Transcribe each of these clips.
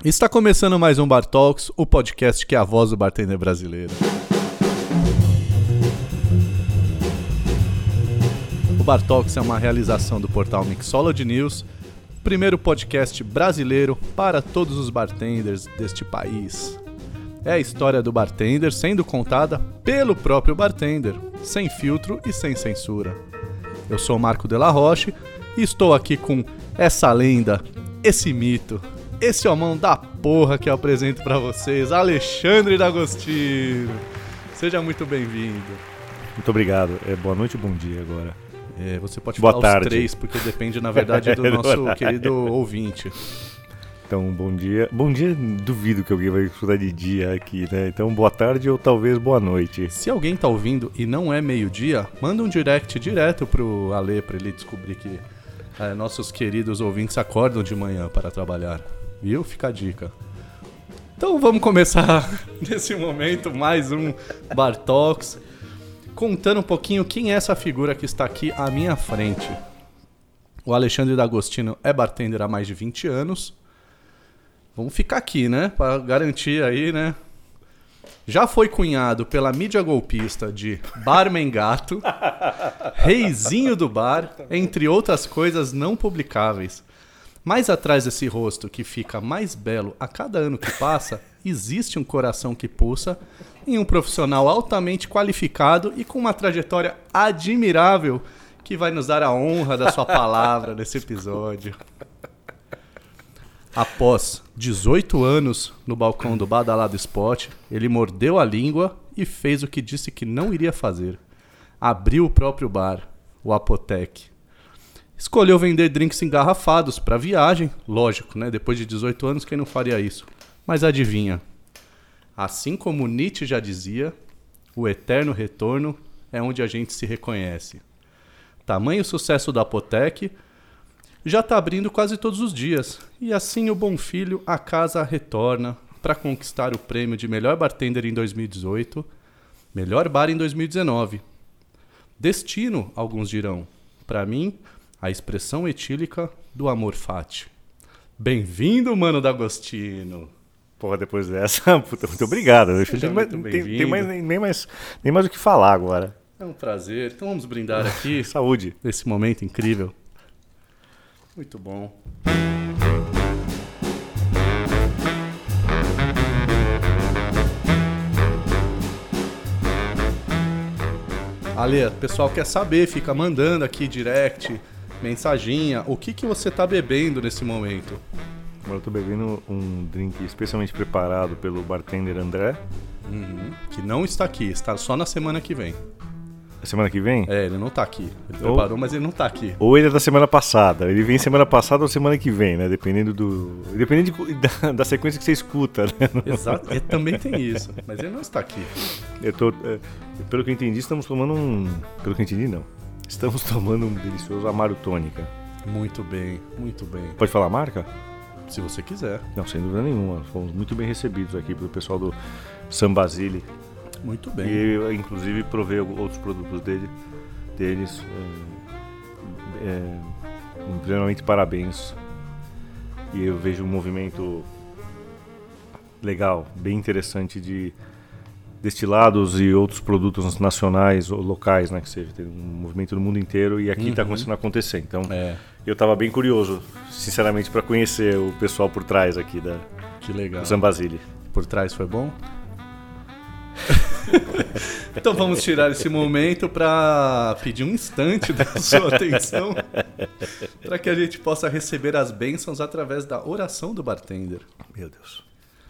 Está começando mais um Bar Talks, o podcast que é a voz do bartender brasileiro. O Bar Talks é uma realização do portal Mixology News, primeiro podcast brasileiro para todos os bartenders deste país. É a história do bartender sendo contada pelo próprio bartender, sem filtro e sem censura. Eu sou o Marco de la Roche e estou aqui com essa lenda, esse mito, esse homão da porra que eu apresento pra vocês, Alexandre D'Agostino. Seja muito bem-vindo. Muito obrigado. Boa noite e bom dia agora. Você pode boa falar tarde. Os três, porque depende, na verdade, do nosso querido ouvinte. Então, bom dia. Bom dia, duvido que alguém vai escutar de dia aqui, né? Então, boa tarde ou talvez boa noite. Se alguém tá ouvindo e não é meio-dia, manda um direct direto pro Ale pra ele descobrir que nossos queridos ouvintes acordam de manhã para trabalhar. Viu? Fica a dica. Então vamos começar nesse momento mais um Bar Talks, contando um pouquinho quem é essa figura que está aqui à minha frente. O Alexandre D'Agostino é bartender há mais de 20 anos. Vamos ficar aqui, né? Para garantir aí, né? Já foi cunhado pela mídia golpista de Barman Gato, Reizinho do Bar, entre outras coisas não publicáveis. Mas atrás desse rosto que fica mais belo a cada ano que passa, existe um coração que pulsa em um profissional altamente qualificado e com uma trajetória admirável que vai nos dar a honra da sua palavra nesse episódio. Após 18 anos no balcão do Badalado Spot, ele mordeu a língua e fez o que disse que não iria fazer. Abriu o próprio bar, o Apotec. Escolheu vender drinks engarrafados para viagem, lógico, né? Depois de 18 anos, quem não faria isso? Mas adivinha, assim como Nietzsche já dizia, o eterno retorno é onde a gente se reconhece. Tamanho sucesso da Apotec, já está abrindo quase todos os dias, e assim o bom filho a casa retorna para conquistar o prêmio de melhor bartender em 2018, melhor bar em 2019. Destino, alguns dirão. Para mim, a expressão etílica do amor fati. Bem-vindo, mano D'Agostino. Porra, depois dessa, puta, muito obrigado. Tem nem mais o que falar agora. É um prazer. Então vamos brindar aqui. Saúde. Nesse momento incrível. Muito bom. Ale, o pessoal quer saber, fica mandando aqui direct, mensaginha, o que você tá bebendo nesse momento? Agora eu tô bebendo um drink especialmente preparado pelo bartender André. Que não está aqui, está só na semana que vem. A semana que vem? Ele não tá aqui. Ele preparou, mas ele não tá aqui. Ou ele é da semana passada. Ele vem semana passada ou semana que vem, né? Dependendo da sequência que você escuta, né? Exato, também tem isso. Mas ele não está aqui. Pelo que eu entendi, estamos tomando um... Pelo que eu entendi, não. Estamos tomando um delicioso Amaro Tônica. Muito bem, muito bem. Pode falar a marca? Se você quiser. Não, sem dúvida nenhuma. Fomos muito bem recebidos aqui pelo pessoal do San Basile. Muito bem. E eu, inclusive, provei outros produtos deles. Plenamente parabéns. E eu vejo um movimento legal, bem interessante de destilados e outros produtos nacionais ou locais, né? Que seja, tem um movimento no mundo inteiro e aqui está começando a acontecer. Então, eu estava bem curioso, sinceramente, para conhecer o pessoal por trás aqui que legal. do San Basile. Por trás foi bom? Então vamos tirar esse momento para pedir um instante da sua atenção para que a gente possa receber as bênçãos através da oração do bartender. Meu Deus.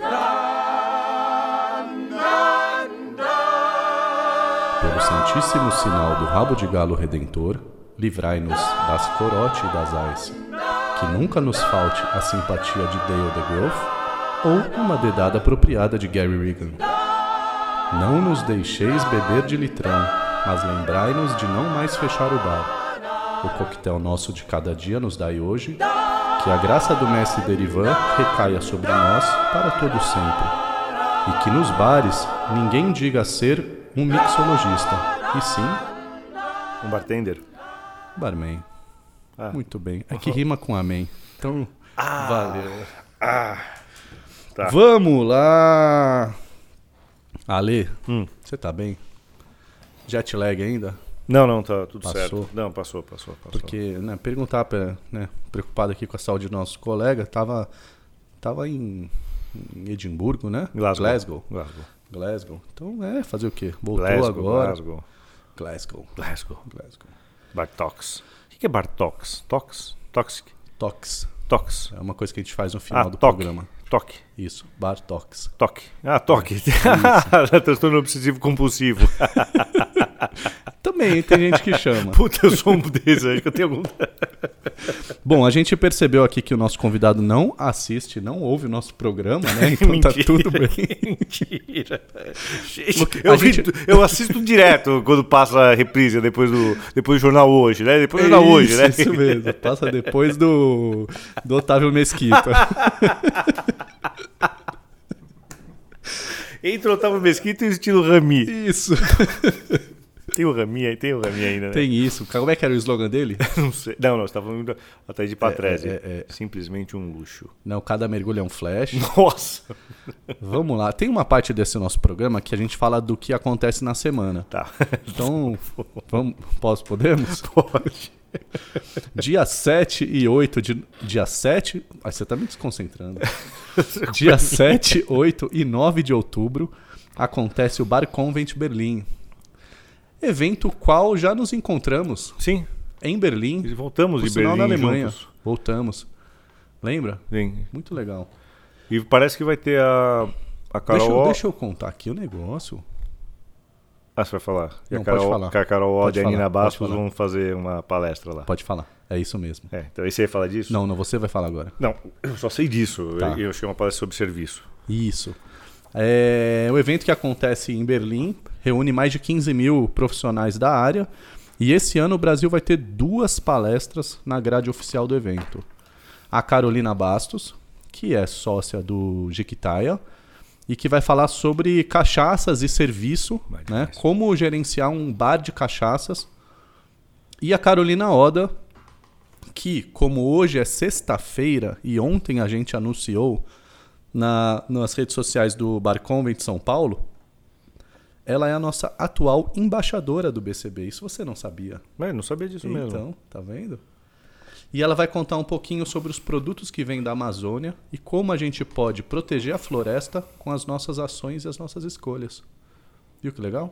Pelo santíssimo sinal do rabo de galo redentor, livrai-nos das corote e das ais, que nunca nos falte a simpatia de Dale DeGroff ou uma dedada apropriada de Gary Regan. Não nos deixeis beber de litrão, mas lembrai-nos de não mais fechar o bar. O coquetel nosso de cada dia nos dai hoje, que a graça do mestre Derivan recaia sobre nós para todo sempre. E que nos bares ninguém diga ser um mixologista, e sim... Um bartender? Barman. Muito bem. É que rima com amém. Então, valeu. Tá. Vamos lá! Ale, você tá bem? Jet lag ainda? Não, tá tudo Passou? certo. Não, passou. Porque, né, perguntar, né, preocupado aqui com a saúde do nosso colega, tava em Edimburgo, né? Glasgow. Então, fazer o quê? Voltou Glasgow, agora. Glasgow. Glasgow. Bartox. O que é Bartox? Toxic? Tox. É uma coisa que a gente faz no final do programa. Toque. Isso, Bartox. Toque. Transtorno obsessivo compulsivo. Também tem gente que chama. Puta, eu sou um desses, acho que eu tenho algum... Bom, a gente percebeu aqui que o nosso convidado não assiste, não ouve o nosso programa, né? Então mentira, tá tudo bem. Mentira. Eu assisto direto quando passa a reprise depois do Jornal Hoje, né? Depois do Jornal Hoje, né? Isso mesmo, passa depois do Otávio Mesquita. Entra o Otávio Mesquita e o estilo Rami. Isso. Tem o Rami ainda, né? Tem isso. Como é que era o slogan dele? Não sei. Não, você estava falando até de Patrese. Simplesmente um luxo. Não, cada mergulho é um flash. Nossa! Vamos lá. Tem uma parte desse nosso programa que a gente fala do que acontece na semana. Tá. Então, podemos? Pode. Dia 7 e 8 de... Dia 7... Ai, você tá me desconcentrando. Dia 7, 8 e 9 de outubro acontece o Bar Convent Berlim. Evento qual já nos encontramos. Sim. Em Berlim. E voltamos de Berlim na Alemanha. Juntos. Voltamos. Lembra? Sim. Muito legal. E parece que vai ter a Carol... Deixa eu contar aqui o negócio. Ah, você vai falar. E não, a Carol, pode falar. Que a Carol Odd e a Nina Bastos vão fazer uma palestra lá. Pode falar. É isso mesmo. Então aí você ia falar disso? Não, você vai falar agora. Não, eu só sei disso. Tá. Eu achei uma palestra sobre serviço. Isso. O evento que acontece em Berlim reúne mais de 15 mil profissionais da área e esse ano o Brasil vai ter 2 palestras na grade oficial do evento. A Carolina Bastos, que é sócia do Jequitaia e que vai falar sobre cachaças e serviço, né? Como gerenciar um bar de cachaças. E a Carolina Oda, que como hoje é sexta-feira e ontem a gente anunciou nas redes sociais do Bar Convent São Paulo, ela é a nossa atual embaixadora do BCB. Isso você não sabia? Mas não sabia disso mesmo. Então, tá vendo? E ela vai contar um pouquinho sobre os produtos que vêm da Amazônia e como a gente pode proteger a floresta com as nossas ações e as nossas escolhas. Viu que legal?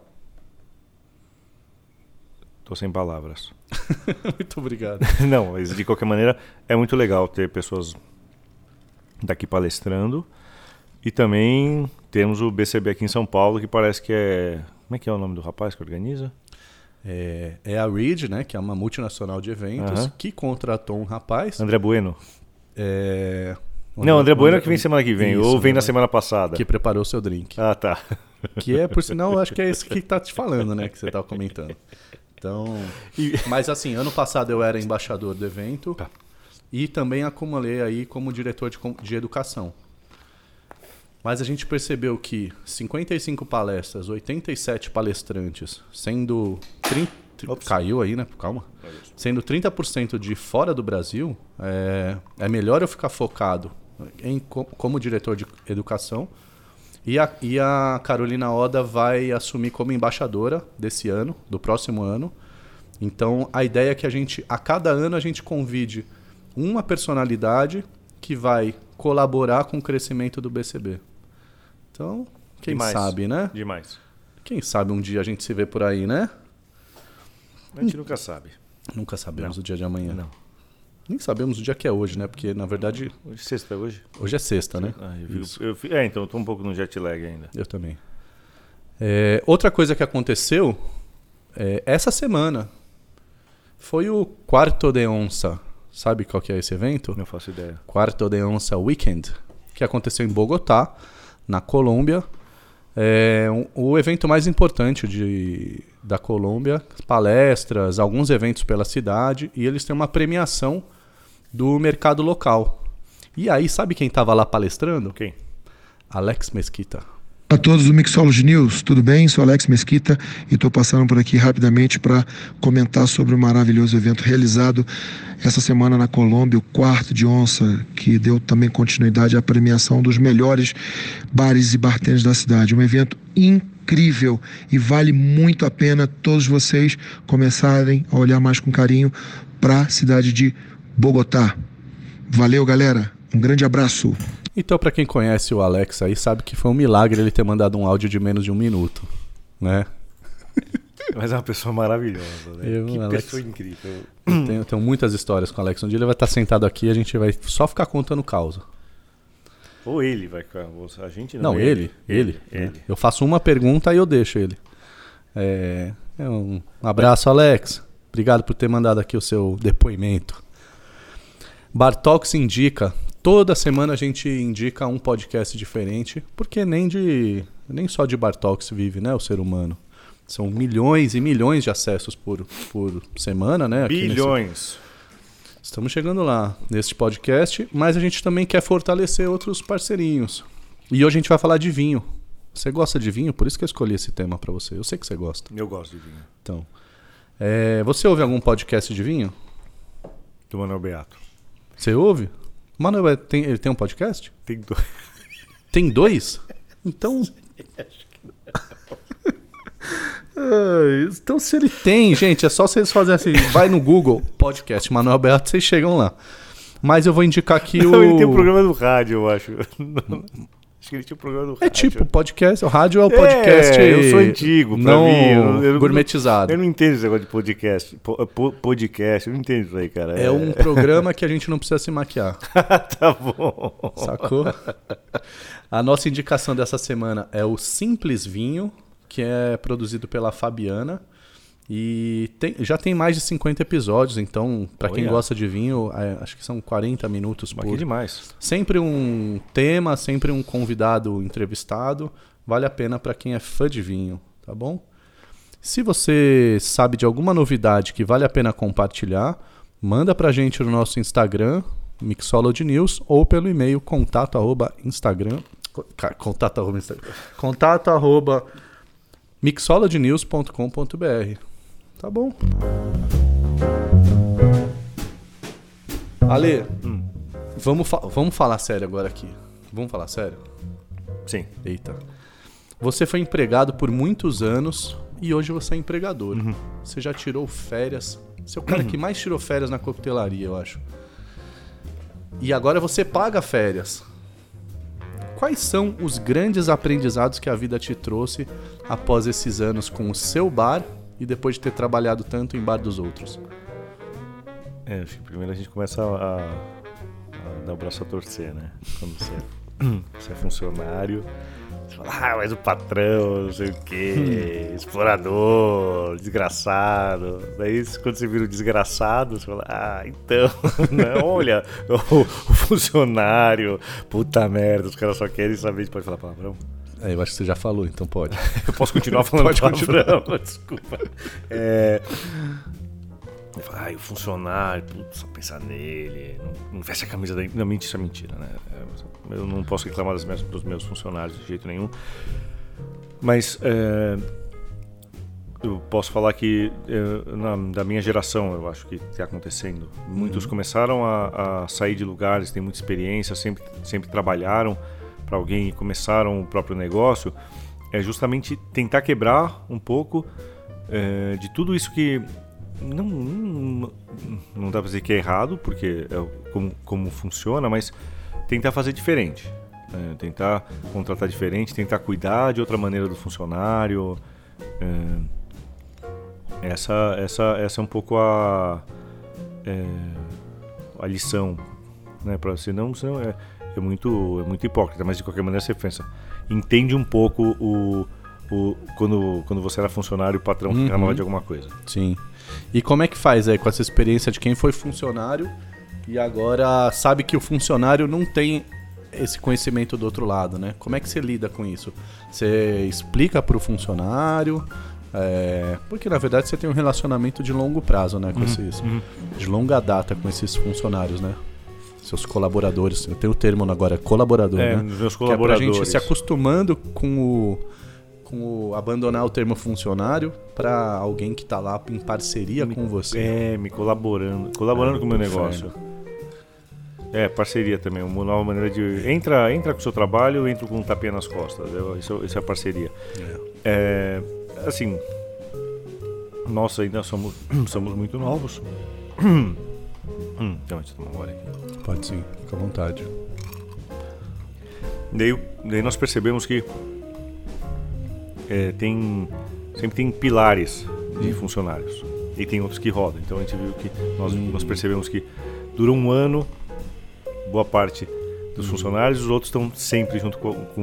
Tô sem palavras. Muito obrigado. Não, mas de qualquer maneira é muito legal ter pessoas daqui palestrando. E também temos o BCB aqui em São Paulo, que parece que é... Como é que é o nome do rapaz que organiza? É a Reed, né, que é uma multinacional de eventos, que contratou um rapaz. André Bueno? Não, André Bueno que vem semana que vem, isso, ou vem na semana passada. Que preparou o seu drink. Ah, tá. Que é, por sinal, acho que é esse que tá te falando, né, que você tava comentando. Então, mas assim, ano passado eu era embaixador do evento. Tá. E também acumulei aí como diretor de educação. Mas a gente percebeu que 55 palestras, 87 palestrantes, sendo 30... Caiu aí, né? Calma. Sendo 30% de fora do Brasil, é melhor eu ficar focado como diretor de educação. E a Carolina Oda vai assumir como embaixadora desse ano, do próximo ano. Então, a ideia é que a cada ano a gente convide uma personalidade que vai colaborar com o crescimento do BCB. Então, quem sabe, né? Demais. Quem sabe um dia a gente se vê por aí, né? A gente nunca sabe. Nunca sabemos o dia de amanhã. Não. Nem sabemos o dia que é hoje, né? Porque, na verdade... Hoje é sexta, hoje? Hoje é sexta, né? Então eu tô um pouco no jet lag ainda. Eu também. Outra coisa que aconteceu essa semana foi o Quarto de Onça. Sabe qual que é esse evento? Não faço ideia. Quarto de Onça Weekend, que aconteceu em Bogotá, na Colômbia. O evento mais importante da Colômbia, palestras, alguns eventos pela cidade, e eles têm uma premiação do mercado local. E aí, sabe quem estava lá palestrando? Quem? Alex Mesquita. A todos do Mixology News, tudo bem? Sou Alex Mesquita e estou passando por aqui rapidamente para comentar sobre o maravilhoso evento realizado essa semana na Colômbia, o Quarto de Onça, que deu também continuidade à premiação dos melhores bares e bartenders da cidade. Um evento incrível e vale muito a pena todos vocês começarem a olhar mais com carinho para a cidade de Bogotá. Valeu, galera. Um grande abraço. Então, para quem conhece o Alex aí, sabe que foi um milagre ele ter mandado um áudio de menos de 1 minuto, né? Mas é uma pessoa maravilhosa, né? Que Alex, pessoa incrível. Eu tenho muitas histórias com o Alex. Um dia ele vai estar sentado aqui e a gente vai só ficar contando causa. Ou ele vai ficar... A gente não, ele. Eu faço uma pergunta e eu deixo ele. Um abraço, Alex. Obrigado por ter mandado aqui o seu depoimento. Bartalks indica... Toda semana a gente indica um podcast diferente, porque nem só de Bartalks vive, né, o ser humano. São milhões e milhões de acessos por semana, né? Bilhões. Estamos chegando lá neste podcast, mas a gente também quer fortalecer outros parceirinhos. E hoje a gente vai falar de vinho. Você gosta de vinho? Por isso que eu escolhi esse tema para você. Eu sei que você gosta. Eu gosto de vinho. Então, você ouve algum podcast de vinho? Do Manuel Beato. Você ouve? Mano, ele tem um podcast? Tem 2. Tem 2? Então... Então se ele tem, gente, é só vocês fazerem assim, vai no Google, podcast Manuel Beato, vocês chegam lá. Mas eu vou indicar aqui Não, ele tem um programa do rádio, eu acho. Acho que ele tinha um programa do rádio. É tipo podcast, o rádio é o podcast... eu sou antigo, pra mim. Eu gourmetizado. Eu não entendo esse negócio de podcast. Podcast, eu não entendo isso aí, cara. É um programa que a gente não precisa se maquiar. Tá bom. Sacou? A nossa indicação dessa semana é o Simples Vinho, que é produzido pela Fabiana. E já tem mais de 50 episódios, então, para quem gosta de vinho, acho que são 40 minutos por... Aqui demais. Sempre um tema, sempre um convidado entrevistado. Vale a pena para quem é fã de vinho, tá bom? Se você sabe de alguma novidade que vale a pena compartilhar, manda pra gente no nosso Instagram, Mixology News, ou pelo e-mail contato@mixologynews.com.br. Tá bom. Ale, vamos falar sério agora aqui. Vamos falar sério? Sim. Eita. Você foi empregado por muitos anos e hoje você é empregador. Uhum. Você já tirou férias. Você é o cara que mais tirou férias na coquetelaria, eu acho. E agora você paga férias. Quais são os grandes aprendizados que a vida te trouxe após esses anos com o seu bar e depois de ter trabalhado tanto em bar dos outros? Acho que primeiro a gente começa a dar o braço a torcer, né? Quando você é funcionário, você fala, mas o patrão, não sei o quê, explorador, desgraçado. Daí quando você vira o desgraçado, você fala, então, não, olha, o funcionário, puta merda, os caras só querem saber, pode falar palavrão? Eu acho que você já falou, então pode. Eu posso continuar falando palavrão, desculpa. O funcionário, putz, só pensar nele, não veste a camisa da... Não, isso é mentira, né? Eu não posso reclamar dos meus funcionários de jeito nenhum. Mas eu posso falar que da minha geração, eu acho que está acontecendo. Muitos começaram a sair de lugares, têm muita experiência, sempre trabalharam para alguém e começaram o próprio negócio. É justamente tentar quebrar um pouco de tudo isso que... Não dá pra dizer que é errado, porque é como funciona, mas tentar fazer diferente, né? Tentar contratar diferente, tentar cuidar de outra maneira do funcionário. Essa é um pouco a lição, né? Pra você senão é muito hipócrita, mas de qualquer maneira você pensa, entende um pouco quando você era funcionário, o patrão reclamava de alguma coisa. Sim. E como é que faz aí com essa experiência de quem foi funcionário e agora sabe que o funcionário não tem esse conhecimento do outro lado, né? Como é que você lida com isso? Você explica para o funcionário? Porque na verdade você tem um relacionamento de longo prazo, né? Com esses, de longa data com esses funcionários, né? seus colaboradores. Eu tenho o termo agora, colaborador, né? Meus colaboradores. Que é pra gente se acostumando com o abandonar o termo funcionário para alguém que tá lá em parceria com você. Me colaborando com o meu negócio. Parceria também, uma nova maneira de... Entra com o seu trabalho, entra com um tapinha nas costas. Isso é a parceria. Assim, nós ainda somos muito novos. Então, deixa eu tomar um gole aqui. Pode sim, fica à vontade. Daí nós percebemos que sempre tem pilares de funcionários e tem outros que rodam. Então a gente viu que nós percebemos que durou um ano, boa parte dos funcionários, os outros estão sempre junto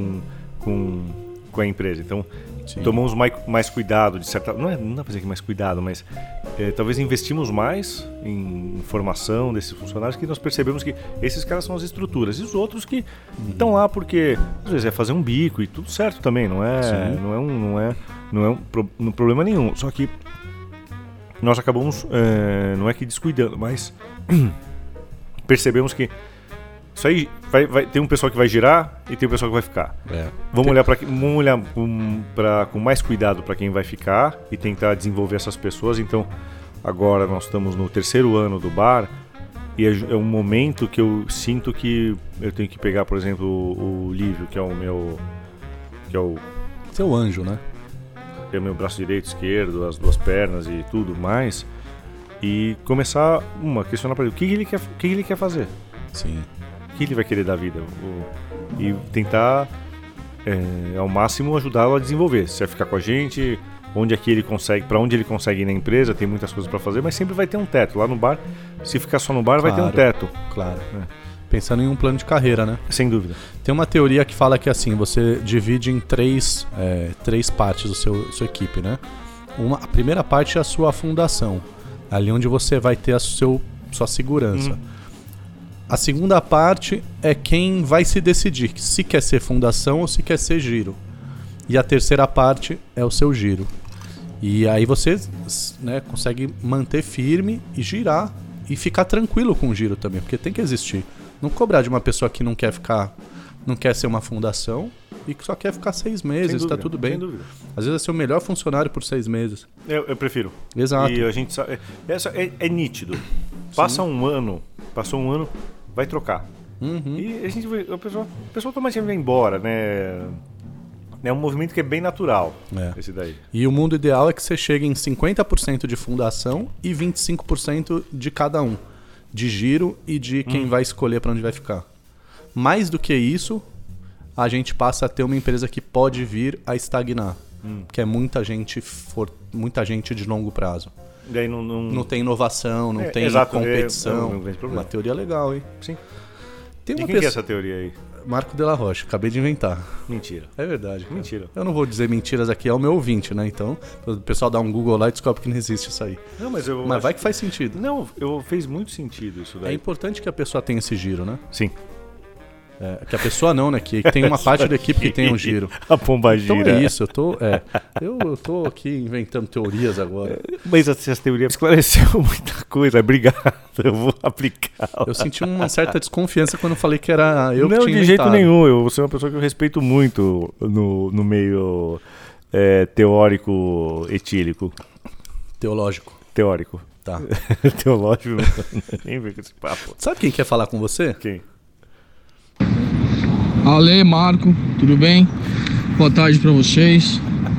com a empresa. Então tomamos mais cuidado, de certa, não dá para dizer que mais cuidado, mas talvez investimos mais em formação desses funcionários, que nós percebemos que esses caras são as estruturas, e os outros que estão lá porque às vezes é fazer um bico e tudo certo também, não é um problema nenhum. Só que nós acabamos não é que descuidando, mas percebemos que isso aí vai ter um pessoal que vai girar e tem um pessoal que vai ficar. Vamos olhar com mais cuidado para quem vai ficar e tentar desenvolver essas pessoas. Então, agora nós estamos no 3º ano do bar e é um momento que eu sinto que eu tenho que pegar, por exemplo, o Lívio, que é o meu... Seu anjo, né? É o meu braço direito, esquerdo, as 2 pernas e tudo mais. E começar a questionar para ele o que ele quer fazer. Sim. O que ele vai querer da vida e tentar ao máximo ajudá-lo a desenvolver. Se vai ficar com a gente, para onde ele consegue ir na empresa, tem muitas coisas para fazer, mas sempre vai ter um teto. Lá no bar, se ficar só no bar, vai ter um teto. Claro. Pensando em um plano de carreira, né? Sem dúvida. Tem uma teoria que fala que assim, você divide em três partes sua equipe, né? A primeira parte é a sua fundação, ali onde você vai ter sua segurança. A segunda parte é quem vai se decidir se quer ser fundação ou se quer ser giro. E a terceira parte é o seu giro. E aí você, né, consegue manter firme e girar e ficar tranquilo com o giro também, porque tem que existir. Não cobrar de uma pessoa que não quer ser uma fundação e que só quer ficar 6 meses, tá tudo bem. Às vezes é ser o melhor funcionário por 6 meses. Eu prefiro. Exato. E a gente sabe, é nítido. Passou um ano, vai trocar. E a pessoa automaticamente vai embora, né? É um movimento que é bem natural, esse daí. E o mundo ideal é que você chegue em 50% de fundação e 25% de cada um. De giro e de quem vai escolher para onde vai ficar. Mais do que isso, a gente passa a ter uma empresa que pode vir a estagnar. Que é muita gente de longo prazo. Daí não tem inovação, não tem competição. Uma teoria legal, hein? Sim. Tem uma quem que é essa teoria aí? Marco de la Rocha, acabei de inventar. Mentira. É verdade. Cara. Mentira. Eu não vou dizer mentiras aqui, é o meu ouvinte, né? Então, o pessoal dá um Google lá e descobre que não existe isso aí. Não, mas vai que faz sentido. Não, fez muito sentido isso daí. É importante que a pessoa tenha esse giro, né? Sim. Que a pessoa não, né? Que tem uma parte da equipe que tem um giro. A pomba gira. Então é isso, eu tô aqui inventando teorias agora. Mas essa teoria esclareceu muita coisa. Obrigado, eu vou aplicar. Eu senti uma certa desconfiança quando eu falei que era eu que tinha inventado. Não, de jeito nenhum. Eu sou uma pessoa que eu respeito muito no meio teórico etílico. Teológico. Teórico. Tá. Teológico, nem vem com esse papo. Sabe quem quer falar com você? Quem? Ale, Marco, tudo bem? Boa tarde para vocês.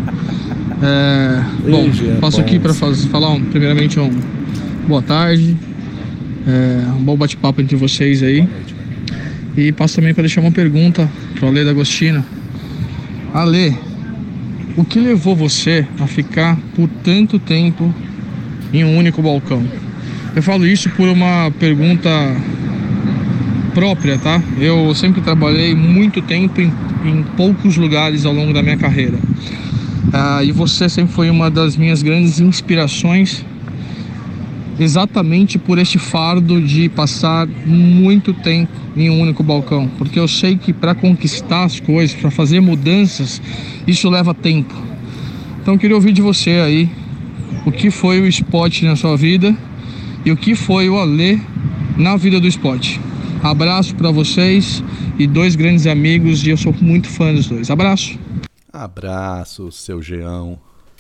Passo aqui para falar primeiramente boa tarde, um bom bate-papo entre vocês aí. E passo também para deixar uma pergunta para o Ale D'Agostino. Ale, o que levou você a ficar por tanto tempo em um único balcão? Eu falo isso por uma pergunta própria, tá? Eu sempre trabalhei muito tempo em poucos lugares ao longo da minha carreira. E você sempre foi uma das minhas grandes inspirações, exatamente por este fardo de passar muito tempo em um único balcão, porque eu sei que para conquistar as coisas, para fazer mudanças, isso leva tempo. Então eu queria ouvir de você aí o que foi o Spot na sua vida e o que foi o Ale na vida do Spot. Abraço para vocês e 2 grandes amigos, e eu sou muito fã dos 2. Abraço. Abraço, seu Jean.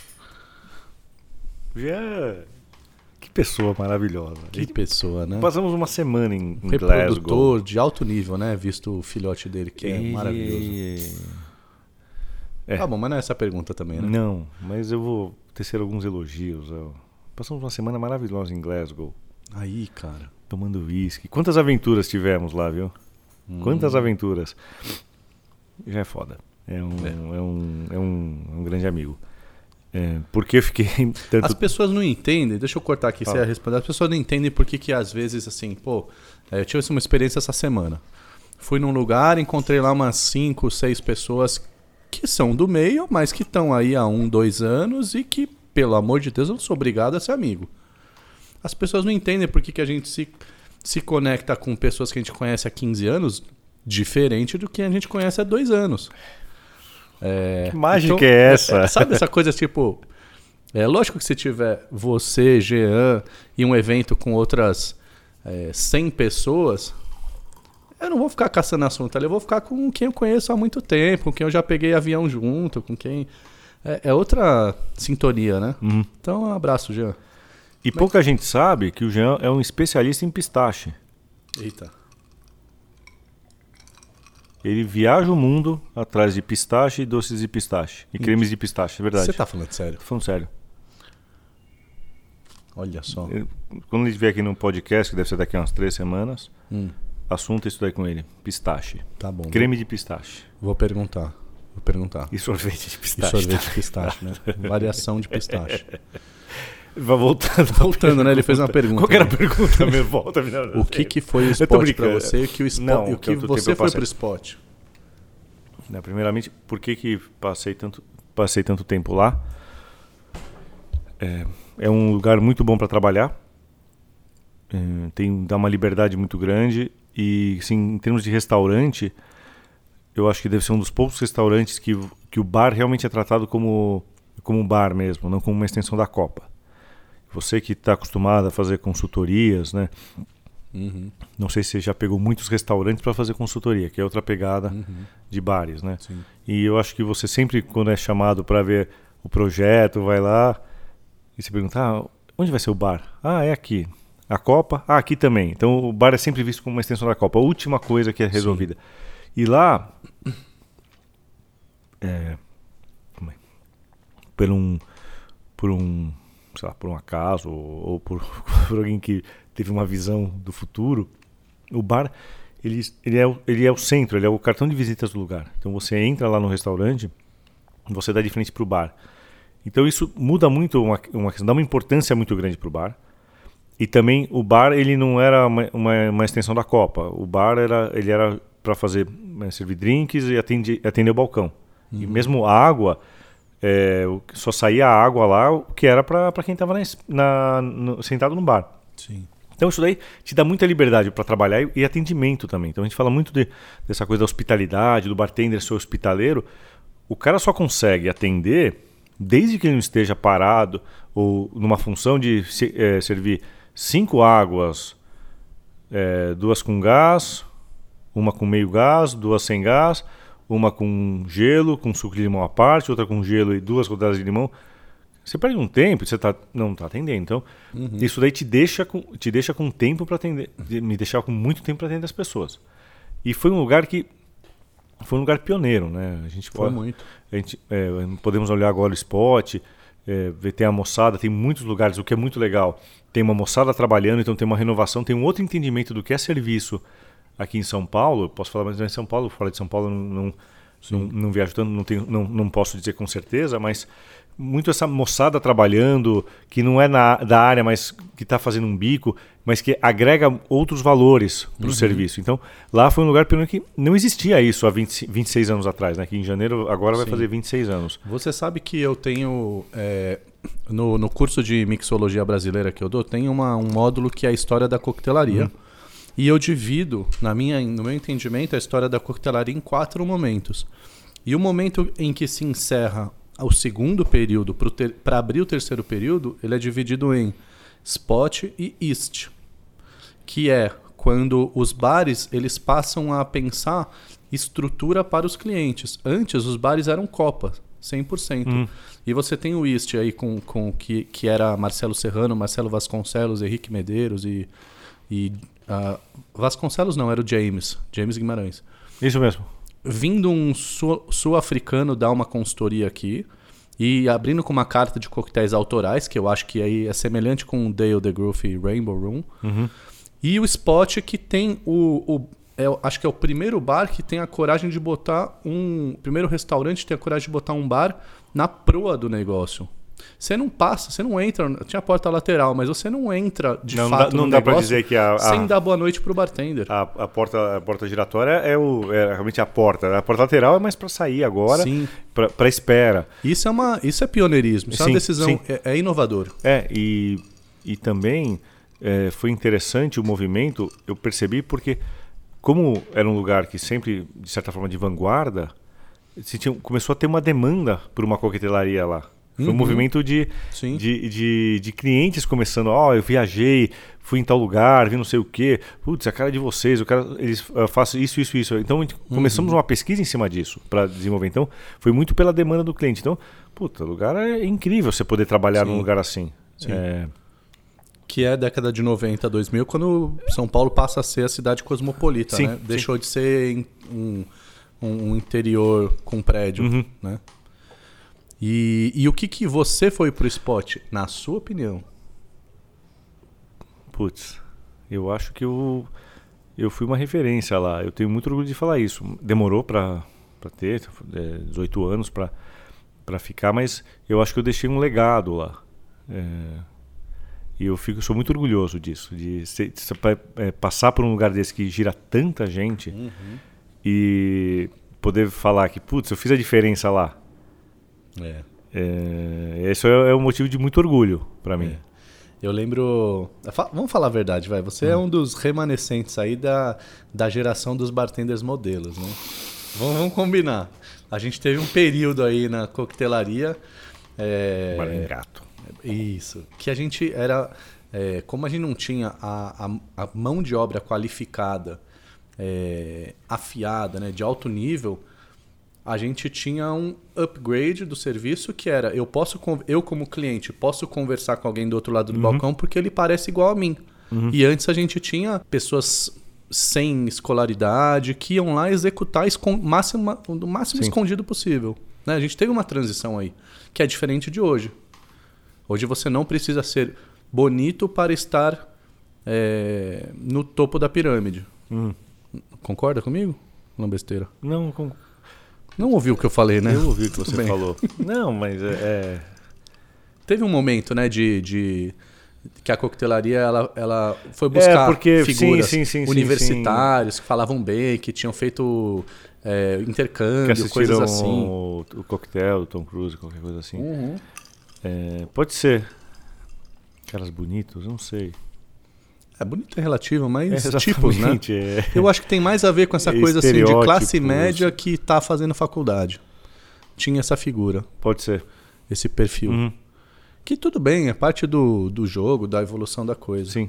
Jean, que pessoa maravilhosa. Que pessoa, né? Passamos uma semana em Glasgow. Reprodutor de alto nível, né? Visto o filhote dele, que é maravilhoso. Tá bom, mas não é essa a pergunta também, né? Não, mas eu vou tecer alguns elogios. Passamos uma semana maravilhosa em Glasgow. Aí, cara. Tomando uísque. Quantas aventuras tivemos lá, viu? Quantas aventuras. Já é foda. É um grande amigo. Porque eu fiquei tanto... As pessoas não entendem, deixa eu cortar aqui, você ia responder. As pessoas não entendem por que às vezes, assim, eu tive uma experiência essa semana. Fui num lugar, encontrei lá umas 5, 6 pessoas que são do meio, mas que estão aí há 1, 2 anos e que, pelo amor de Deus, eu não sou obrigado a ser amigo. As pessoas não entendem por que a gente se conecta com pessoas que a gente conhece há 15 anos diferente do que a gente conhece há 2 anos. Que mágica então, é essa? Sabe essa coisa tipo... lógico que se tiver você, Jean, e um evento com outras 100 pessoas, eu não vou ficar caçando assunto ali, eu vou ficar com quem eu conheço há muito tempo, com quem eu já peguei avião junto, com quem... É outra sintonia, né? Então, um abraço, Jean. E pouca gente sabe que o Jean é um especialista em pistache. Eita. Ele viaja o mundo atrás de pistache e doces de pistache. E cremes de pistache, é verdade. Você tá falando sério? Tô falando sério. Olha só. Quando ele vier aqui no podcast, que deve ser daqui a umas 3 semanas, assunto é isso daí com ele. Pistache. Tá bom. Creme de pistache. Vou perguntar. E sorvete de pistache. E sorvete de pistache, né? Variação de pistache. Vai voltando, né? Ele fez uma pergunta. Qual que era a pergunta mesmo? Volta, o que foi o spot pra você e o que você foi pro spot? Primeiramente, por que passei tanto tempo lá? É um lugar muito bom para trabalhar. Dá uma liberdade muito grande. E, assim, em termos de restaurante, eu acho que deve ser um dos poucos restaurantes que o bar realmente é tratado como um bar mesmo, não como uma extensão da Copa. Você que está acostumado a fazer consultorias, né? Não sei se você já pegou muitos restaurantes para fazer consultoria, que é outra pegada de bares, né? Sim. E eu acho que você sempre, quando é chamado para ver o projeto, vai lá e se pergunta, onde vai ser o bar? É aqui. A Copa? Aqui também. Então o bar é sempre visto como uma extensão da Copa. A última coisa que é resolvida. Sim. E lá, por um acaso ou por alguém que teve uma visão do futuro, o bar ele é o centro, ele é o cartão de visitas do lugar. Então você entra lá no restaurante, você dá de frente para o bar. Então isso muda muito dá uma importância muito grande para o bar. E também o bar ele não era uma extensão da Copa. O bar ele era para servir drinks e atender o balcão. E mesmo a água, só saía a água lá, que era para quem estava sentado no bar. Sim. Então isso daí te dá muita liberdade para trabalhar e atendimento também. Então a gente fala muito dessa coisa da hospitalidade, do bartender ser hospitaleiro. O cara só consegue atender desde que ele não esteja parado ou numa função de servir 5 águas, 2 com gás, uma com meio gás, 2 sem gás, uma com gelo, com suco de limão à parte, outra com gelo e 2 rodadas de limão. Você perde um tempo e você não está atendendo. Então, isso daí te deixa com tempo para atender. Me deixava com muito tempo para atender as pessoas. E foi um lugar pioneiro, né? Podemos olhar agora o spot, tem a moçada, tem muitos lugares, o que é muito legal. Tem uma moçada trabalhando, então tem uma renovação, tem um outro entendimento do que é serviço aqui em São Paulo. Eu posso falar mais em São Paulo, fora de São Paulo não viajo tanto, não posso dizer com certeza, mas muito essa moçada trabalhando, que não é da área, mas que está fazendo um bico, mas que agrega outros valores para o serviço. Então, lá foi um lugar que não existia isso há 26 anos atrás, né? Que em janeiro agora vai fazer 26 anos. Você sabe que eu tenho, no curso de mixologia brasileira que eu dou, tem um módulo que é a história da coquetelaria. E eu divido, no meu entendimento, a história da coquetelaria em 4 momentos. E o momento em que se encerra o segundo período, para abrir o terceiro período, ele é dividido em spot e east, que é quando os bares eles passam a pensar estrutura para os clientes. Antes, os bares eram copas, 100%. E você tem o East aí com que era Marcelo Serrano, Marcelo Vasconcelos, Henrique Medeiros e Vasconcelos não, era o James Guimarães. Isso mesmo. Vindo um sul-africano dar uma consultoria aqui e abrindo com uma carta de coquetéis autorais, que eu acho que aí é semelhante com o Dale DeGroof e Rainbow Room. E o Spot que tem acho que é o primeiro bar que tem a coragem de botar primeiro restaurante que tem a coragem de botar um bar na proa do negócio. Você não passa, você não entra. Tinha a porta lateral, mas você não entra de fato não no dá negócio pra dizer que sem dar boa noite pro bartender. A porta giratória é realmente a porta. A porta lateral é mais para sair agora, para espera. Isso é pioneirismo, isso é uma decisão, é inovador. E também foi interessante o movimento, eu percebi, porque como era um lugar que sempre, de certa forma, de vanguarda, começou a ter uma demanda por uma coquetelaria lá. Foi um movimento de clientes começando, eu viajei, fui em tal lugar, vi não sei o quê, putz, a cara de vocês, eles façam isso. Então começamos uma pesquisa em cima disso para desenvolver. Então foi muito pela demanda do cliente. Então, o lugar é incrível você poder trabalhar num lugar assim. Que é a década de 90, 2000, quando São Paulo passa a ser a cidade cosmopolita, né? Deixou de ser um interior com prédio, né? E o que você foi pro Spot, na sua opinião? Putz, eu acho que eu fui uma referência lá. Eu tenho muito orgulho de falar isso. Demorou para ter 18 anos para ficar, mas eu acho que eu deixei um legado lá. E eu sou muito orgulhoso disso, de passar por um lugar desse que gira tanta gente e poder falar que, putz, eu fiz a diferença lá. Esse é um motivo de muito orgulho para mim. Eu lembro... Vamos falar a verdade, vai. Você é um dos remanescentes aí da geração dos bartenders modelos, né? Vamos combinar. A gente teve um período aí na coquetelaria... Marangato. Isso. Que a gente era... como a gente não tinha a mão de obra qualificada, afiada, né, de alto nível... A gente tinha um upgrade do serviço que era, eu como cliente posso conversar com alguém do outro lado do balcão porque ele parece igual a mim. E antes a gente tinha pessoas sem escolaridade que iam lá executar o máximo escondido possível. Né? A gente teve uma transição aí, que é diferente de hoje. Hoje você não precisa ser bonito para estar no topo da pirâmide. Concorda comigo? Não besteira. Não ouviu o que eu falei, né? Eu ouvi o que você falou. Não, mas Teve um momento, né, de que a coquetelaria ela foi buscar figuras universitários que falavam bem, que tinham feito intercâmbio, coisas assim. O coquetel do Tom Cruise, qualquer coisa assim. Pode ser. Caras bonitos, não sei. Bonito é relativo, mas tipos, né? Eu acho que tem mais a ver com essa coisa assim de classe média que tá fazendo faculdade. Tinha essa figura. Pode ser. Esse perfil. Que tudo bem, é parte do jogo, da evolução da coisa. Sim.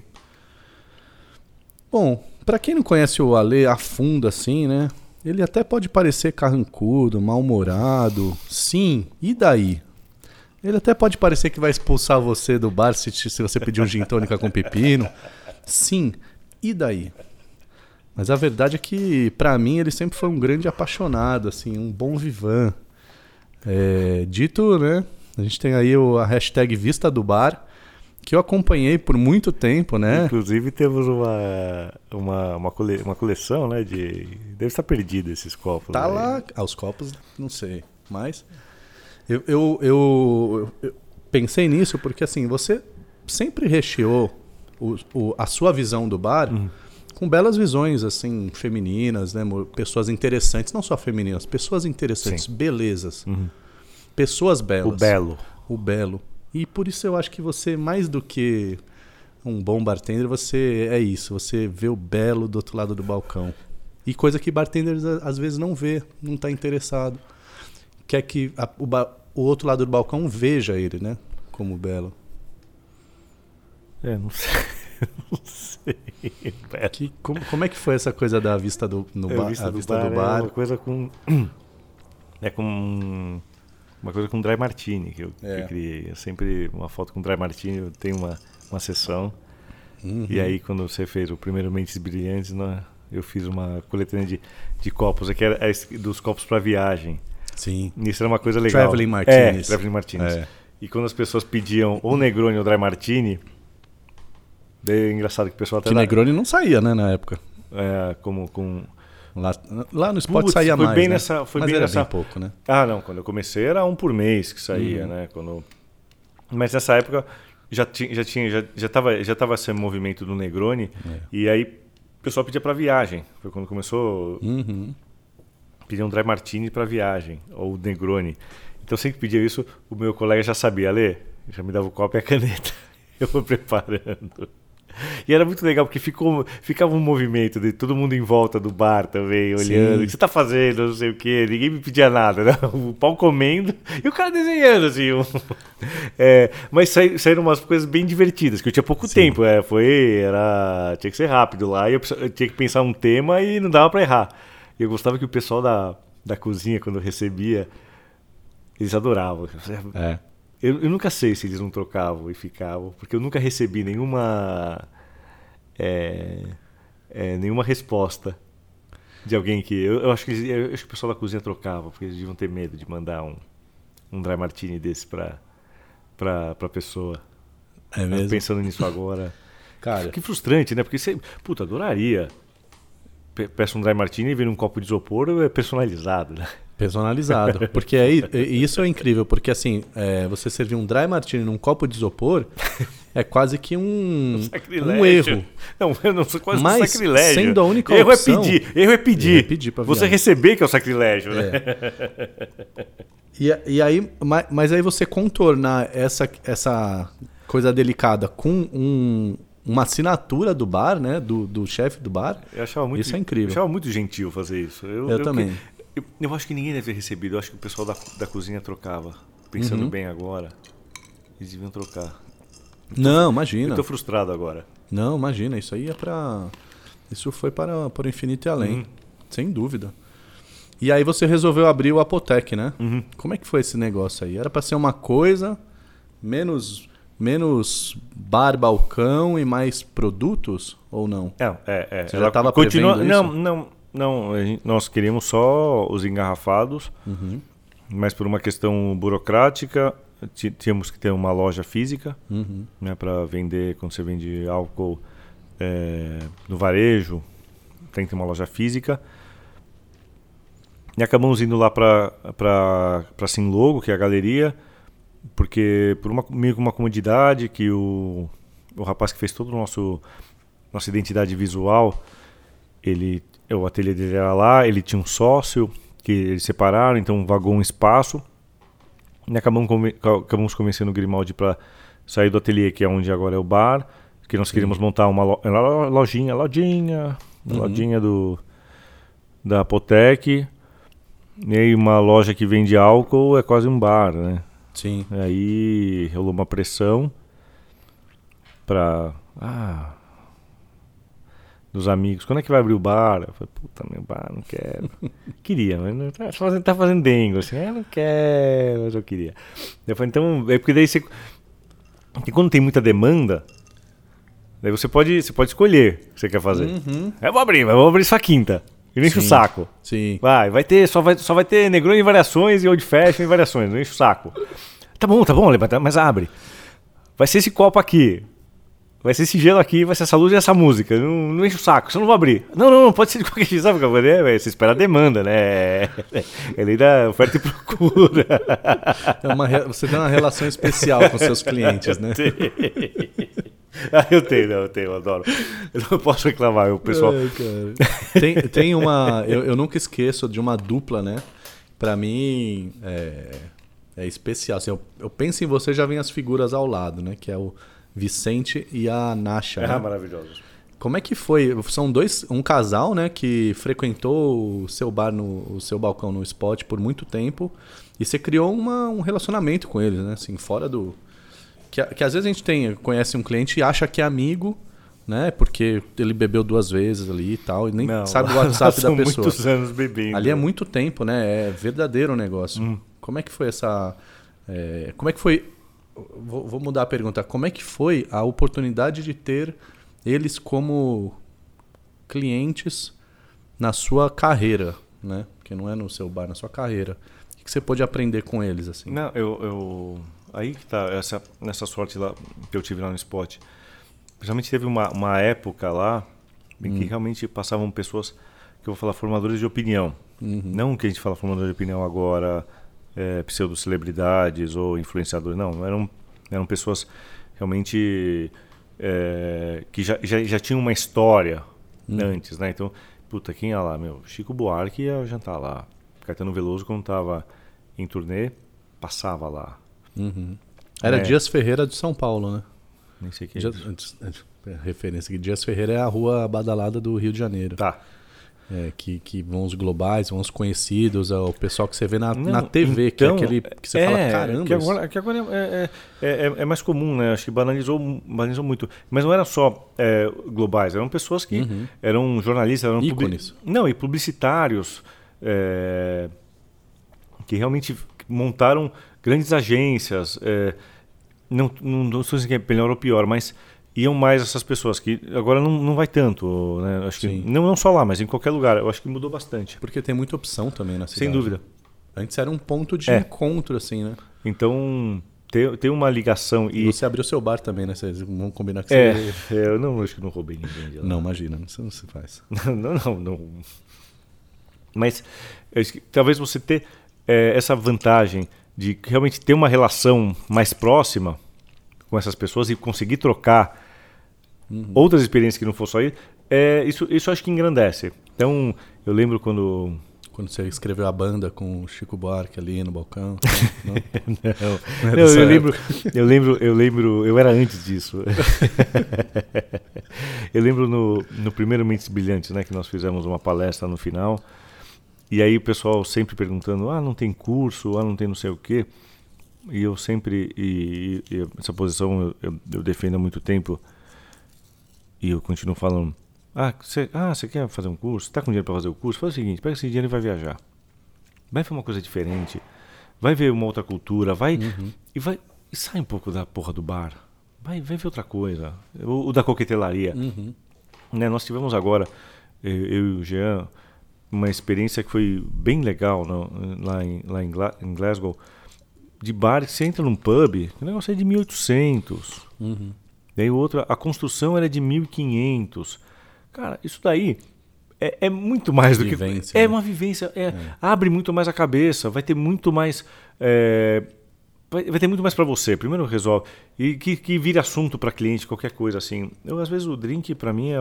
Bom, pra quem não conhece o Ale a fundo assim, né? Ele até pode parecer carrancudo, mal-humorado. Sim, e daí? Ele até pode parecer que vai expulsar você do bar se você pedir um gin tônica com pepino. Sim, e daí? Mas a verdade é que, pra mim, ele sempre foi um grande apaixonado, assim, um bom vivan. Dito, né? A gente tem aí a hashtag Vista do Bar, que eu acompanhei por muito tempo, né? Inclusive temos uma coleção, né? Deve estar perdido esses copos. Tá aí. Lá, os copos, não sei, mas... Eu pensei nisso porque, assim, você sempre recheou a sua visão do bar com belas visões, assim, femininas, né? Pessoas interessantes, não só femininas, pessoas interessantes, belezas. Pessoas belas. O belo. E por isso eu acho que você, mais do que um bom bartender, você é isso. Você vê o belo do outro lado do balcão. E coisa que bartenders às vezes não vê, não está interessado. Quer que o outro lado do balcão veja ele, né? Como belo. Não sei. Não sei. Como é que foi essa coisa da vista do bar? A vista do do bar bar. é uma coisa com... É com... Uma coisa com dry martini que eu criei. É sempre uma foto com dry martini, eu tenho uma sessão. E aí, quando você fez o primeiro Mentes Brilhantes, né, eu fiz uma coletânea de copos, que era dos copos para viagem. Sim. Isso era uma coisa legal. Traveling Martinis. Traveling Martinis. É. E quando as pessoas pediam ou Negroni ou Dry Martini, daí é engraçado que o pessoal até... Que Negroni não saía, né, na época. Como com... Lá no Spot saía foi mais, bem né? foi mas bem era nessa... bem pouco, né? Ah, não. Quando eu comecei era um por mês que saía, né? Mas nessa época já tava esse movimento do Negroni. E aí o pessoal pedia para viagem. Foi quando começou... Pedia um Dry Martini para viagem. Ou Negroni. Então sempre que pedia isso, o meu colega já sabia. Alê, já me dava o copo e a caneta. Eu vou preparando. E era muito legal, porque ficava um movimento de todo mundo em volta do bar também, olhando. O que você tá fazendo, não sei o quê. Ninguém me pedia nada, né? O pau comendo e o cara desenhando, assim. Mas saíram umas coisas bem divertidas, que eu tinha pouco tempo. Tinha que ser rápido lá, e eu tinha que pensar um tema e não dava pra errar. E eu gostava que o pessoal da cozinha, quando eu recebia, eles adoravam. Eu nunca sei se eles não trocavam e ficavam, porque eu nunca recebi nenhuma resposta de alguém que... Eu acho que o pessoal da cozinha trocava, porque eles deviam ter medo de mandar um Dry Martini desse pra pessoa. É mesmo? Pensando nisso agora. Cara, que frustrante, né? Porque você... Puta, adoraria. Peço um Dry Martini e vem num copo de isopor, é personalizado, né? Personalizado. Porque isso é incrível, porque assim, você servir um Dry Martini num copo de isopor é quase que um erro. Não, eu não sou quase mas, um sacrilégio. Sendo a única erro opção... Erro é pedir. Você receber que é o sacrilégio, né? E aí, mas aí você contornar essa coisa delicada com uma assinatura do bar, né? Do chefe do bar. Isso é incrível. Eu achava muito gentil fazer isso. Eu também. Eu acho que ninguém deve ter recebido. Eu acho que o pessoal da cozinha trocava. Pensando bem agora, eles deviam trocar. Não, imagina. Eu tô frustrado agora. Não, imagina. Isso aí isso foi para o infinito e além. Sem dúvida. E aí você resolveu abrir o Apotec, né? Como é que foi esse negócio aí? Era para ser uma coisa menos bar, balcão e mais produtos ou não? Você já estava prevendo isso? Não, nós queríamos só os engarrafados, mas por uma questão burocrática tínhamos que ter uma loja física, né, para vender. Quando você vende álcool no varejo, tem que ter uma loja física. E acabamos indo lá para Sinlogo, que é a galeria, porque por meio que uma comodidade que o rapaz que fez toda a nossa identidade visual, o ateliê dele era lá, ele tinha um sócio que eles separaram, então vagou um espaço. E acabamos convencendo o Grimaldi para sair do ateliê, que é onde agora é o bar, que nós queríamos montar uma lojinha da Apotec, e aí uma loja que vende álcool é quase um bar, né? Sim. Aí rolou uma pressão dos amigos. Quando é que vai abrir o bar? Eu falei, puta, meu bar, não quero. Queria, mas não tá fazendo dengo. Assim, não quero, mas eu queria. Eu falei, então, porque daí você... Porque quando tem muita demanda, daí você pode escolher o que você quer fazer. Eu vou abrir só quinta. E não enche o saco. Sim. Só vai ter Negroni em variações e Old Fashion em variações. Não enche o saco. Tá bom, mas abre. Vai ser esse copo aqui. Vai ser esse gelo aqui, vai ser essa luz e essa música. Não enche o saco, você não vai abrir. Não, pode ser de qualquer jeito. Sabe o que eu falei? Você espera a demanda, né? É lei da oferta e procura. Você tem uma relação especial com seus clientes, né? Eu tenho, eu adoro. Eu não posso reclamar, o pessoal... Tem uma... Eu nunca esqueço de uma dupla, né? Pra mim, é especial. Assim, eu penso em você, já vem as figuras ao lado, né? Que é o Vicente e a Nasha. Né? Maravilhoso. Como é que foi? São um casal, né? Que frequentou o seu bar, o seu balcão no Spot por muito tempo. E você criou um relacionamento com eles, né? Assim, fora do... Que às vezes a gente conhece um cliente e acha que é amigo, né? Porque ele bebeu 2 vezes ali e tal, e nem Não, sabe o WhatsApp da são pessoa. muitos anos bebendo. Ali é muito tempo, né? É verdadeiro o negócio. Como é que foi essa... como é que foi... Vou mudar a pergunta. Como é que foi a oportunidade de ter eles como clientes na sua carreira, né? Porque não é no seu bar, na sua carreira. O que você pôde aprender com eles, assim? Não, aí que tá nessa sorte lá que eu tive lá no Spot. Principalmente teve uma época lá em que realmente passavam pessoas, que eu vou falar, formadores de opinião. Não que a gente fala formadores de opinião agora, pseudo-celebridades ou influenciadores, não. Eram pessoas realmente que já tinham uma história antes, né? Então, puta, quem ia lá? Chico Buarque ia jantar lá. Caetano Veloso, quando estava em turnê, passava lá. Era Dias Ferreira de São Paulo, né? Nem sei quem referência aqui. Dias Ferreira é a rua badalada do Rio de Janeiro. Tá. Que vão os globais, vão os conhecidos, o pessoal que você vê na TV, que é aquele que você fala, caramba. Que agora é mais comum, né? Acho que banalizou muito. Mas não era só globais, eram pessoas que eram jornalistas, eram ícones. E publicitários que realmente montaram grandes agências. Não estou dizendo que é melhor ou pior, mas iam mais essas pessoas, que agora não vai tanto, né? Acho que não só lá, mas em qualquer lugar. Eu acho que mudou bastante. Porque tem muita opção também na cidade. Sem dúvida. Antes era um ponto de encontro, assim, né? Então, tem uma ligação. E você abriu seu bar também, né? Vocês vão combinar que você... eu acho que não roubei ninguém de lá. Não, imagina, isso não se faz. Não. Mas talvez você ter essa vantagem de realmente ter uma relação mais próxima com essas pessoas e conseguir trocar outras experiências que não for só isso acho que engrandece. Então, eu lembro quando você escreveu a banda com o Chico Buarque ali no balcão. Eu lembro, eu era antes disso. Eu lembro no primeiro Mentes Brilhantes, né, que nós fizemos uma palestra no final, e aí o pessoal sempre perguntando, não tem curso, não tem não sei o quê. E eu sempre, e essa posição eu defendo há muito tempo, e eu continuo falando, você quer fazer um curso? Está com dinheiro para fazer o curso? Faz o seguinte, pega esse dinheiro e vai viajar. Vai ver uma coisa diferente, vai ver uma outra cultura, e sai um pouco da porra do bar, vai ver outra coisa, o da coquetelaria. Né, nós tivemos agora, eu e o Jean, uma experiência que foi bem legal lá em Glasgow, de bar, que você entra num pub, o negócio é de 1800. Daí a construção era de 1500. Cara, isso daí é muito mais do vivência, que... né? É uma vivência, abre muito mais a cabeça, vai ter muito mais... vai ter muito mais para você. Primeiro resolve. E que vire assunto para cliente, qualquer coisa assim. Às vezes o drink, para mim,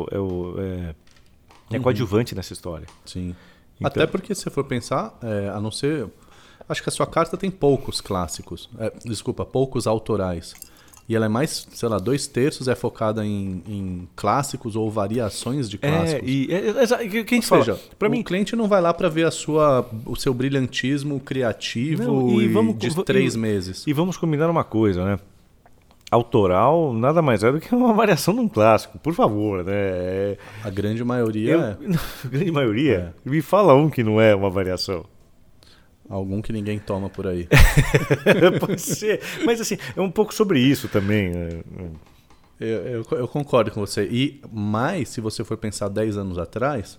é coadjuvante nessa história. Sim. Então, até porque, se for pensar, a não ser... Acho que a sua carta tem poucos clássicos. Poucos autorais. E ela é mais, 2/3 é focada em clássicos ou variações de clássicos. Quem seja, para mim, o cliente não vai lá para ver o seu brilhantismo criativo de 3 meses. E vamos combinar uma coisa, né? Autoral nada mais é do que uma variação de um clássico, por favor, né? A grande maioria A grande maioria? Me fala um que não é uma variação. Algum que ninguém toma por aí. Pode ser. Mas assim, é um pouco sobre isso também. Né? Eu concordo com você. Mas, se você for pensar 10 anos atrás,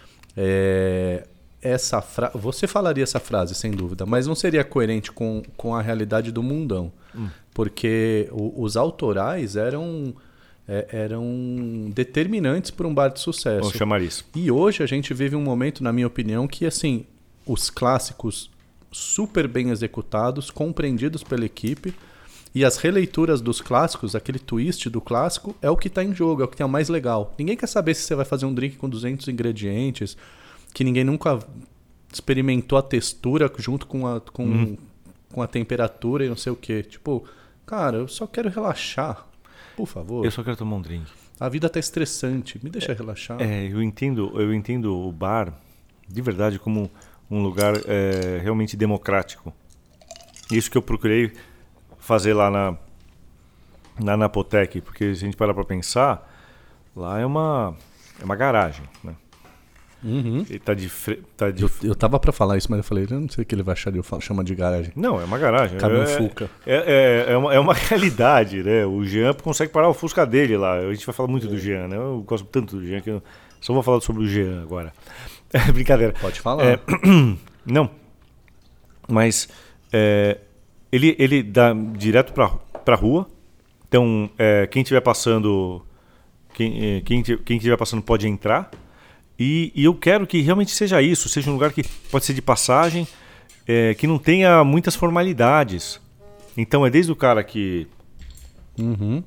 você falaria essa frase, sem dúvida, mas não seria coerente com a realidade do mundão. Porque os autorais eram determinantes para um bar de sucesso. Vamos chamar isso. E hoje a gente vive um momento, na minha opinião, que assim, os clássicos super bem executados, compreendidos pela equipe, e as releituras dos clássicos, aquele twist do clássico, é o que está em jogo, é o que é o mais legal. Ninguém quer saber se você vai fazer um drink com 200 ingredientes, que ninguém nunca experimentou a textura junto com a temperatura e não sei o quê. Tipo, cara, eu só quero relaxar, por favor. Eu só quero tomar um drink. A vida tá estressante, me deixa relaxar. Eu entendo o bar, de verdade, como um lugar realmente democrático. Isso que eu procurei fazer lá na Napotec, porque se a gente parar para pensar, Lá é uma garagem, né? Uhum. Ele Eu tava pra falar isso, mas eu falei, eu não sei o que ele vai achar de eu chama de garagem. Não, é uma garagem. Caminhão Fuca. É uma realidade, né? O Jean consegue parar o Fusca dele lá. A gente vai falar muito do Jean, né? Eu gosto tanto do Jean que eu só vou falar sobre o Jean agora. É brincadeira. Pode falar. Não. Mas ele dá direto pra rua. Então, quem estiver passando... Quem estiver passando pode entrar. E eu quero que realmente seja isso, seja um lugar que pode ser de passagem, que não tenha muitas formalidades. Então é desde o cara que... Uhum.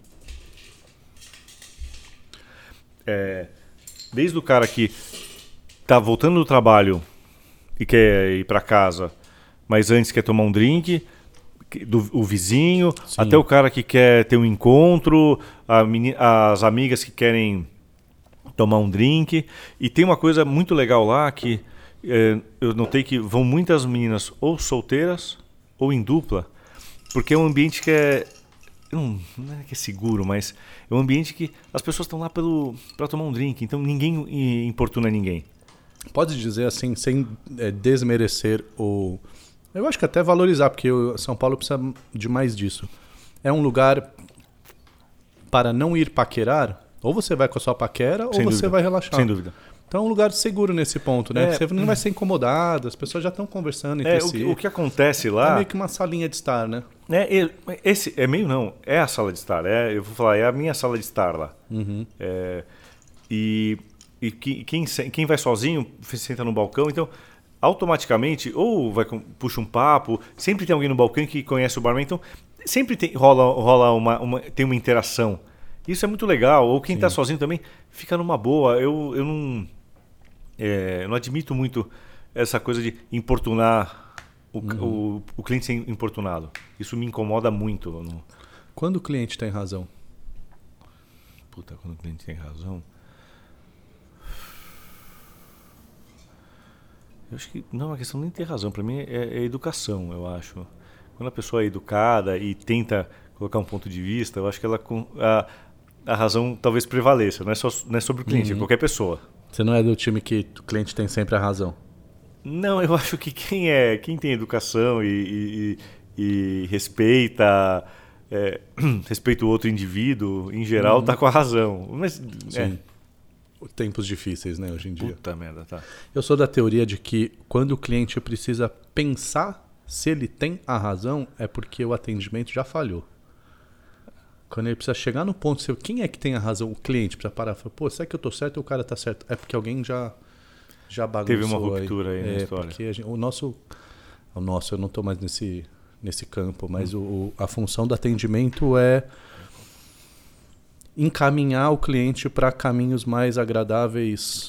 Desde o cara que tá voltando do trabalho e quer ir para casa, mas antes quer tomar um drink, o vizinho, Sim. até o cara que quer ter um encontro, as amigas que querem... tomar um drink. E tem uma coisa muito legal lá que eu notei que vão muitas meninas ou solteiras ou em dupla, porque é um ambiente que não é que é seguro, mas é um ambiente que as pessoas estão lá para tomar um drink, então ninguém importuna ninguém. Pode dizer assim, sem desmerecer ou... Eu acho que até valorizar, porque São Paulo precisa de mais disso. É um lugar para não ir paquerar. Ou você vai com a sua paquera, ou você vai relaxar. Sem dúvida. Então é um lugar seguro nesse ponto, né? Você não vai ser incomodado, as pessoas já estão conversando entre si. O que acontece lá... É meio que uma salinha de estar, né? É a sala de estar. Eu vou falar, é a minha sala de estar lá. Uhum. E quem vai sozinho, senta no balcão, então automaticamente, ou puxa um papo, sempre tem alguém no balcão que conhece o barman, então sempre rola tem uma interação. Isso é muito legal. Ou quem está sozinho também fica numa boa. Eu não admito muito essa coisa de importunar o cliente ser importunado. Isso me incomoda muito. Quando o cliente tem razão? Quando o cliente tem razão... Eu acho que não é uma questão nem de ter razão. Para mim é educação, eu acho. Quando a pessoa é educada e tenta colocar um ponto de vista, eu acho que a razão talvez prevaleça. Não é sobre o cliente, é qualquer pessoa. Você não é do time que o cliente tem sempre a razão? Não, eu acho que quem tem educação e respeita o outro indivíduo, em geral, está com a razão. Mas, sim. Tempos difíceis, né, hoje em dia. Puta merda, tá. Eu sou da teoria de que quando o cliente precisa pensar se ele tem a razão, é porque o atendimento já falhou. Quando ele precisa chegar no ponto de quem é que tem a razão, o cliente precisa parar e falar, pô, será que eu tô certo ou o cara tá certo? É porque alguém já bagunçou. Teve uma ruptura aí na história. Porque eu não tô mais nesse campo, mas a função do atendimento é encaminhar o cliente para caminhos mais agradáveis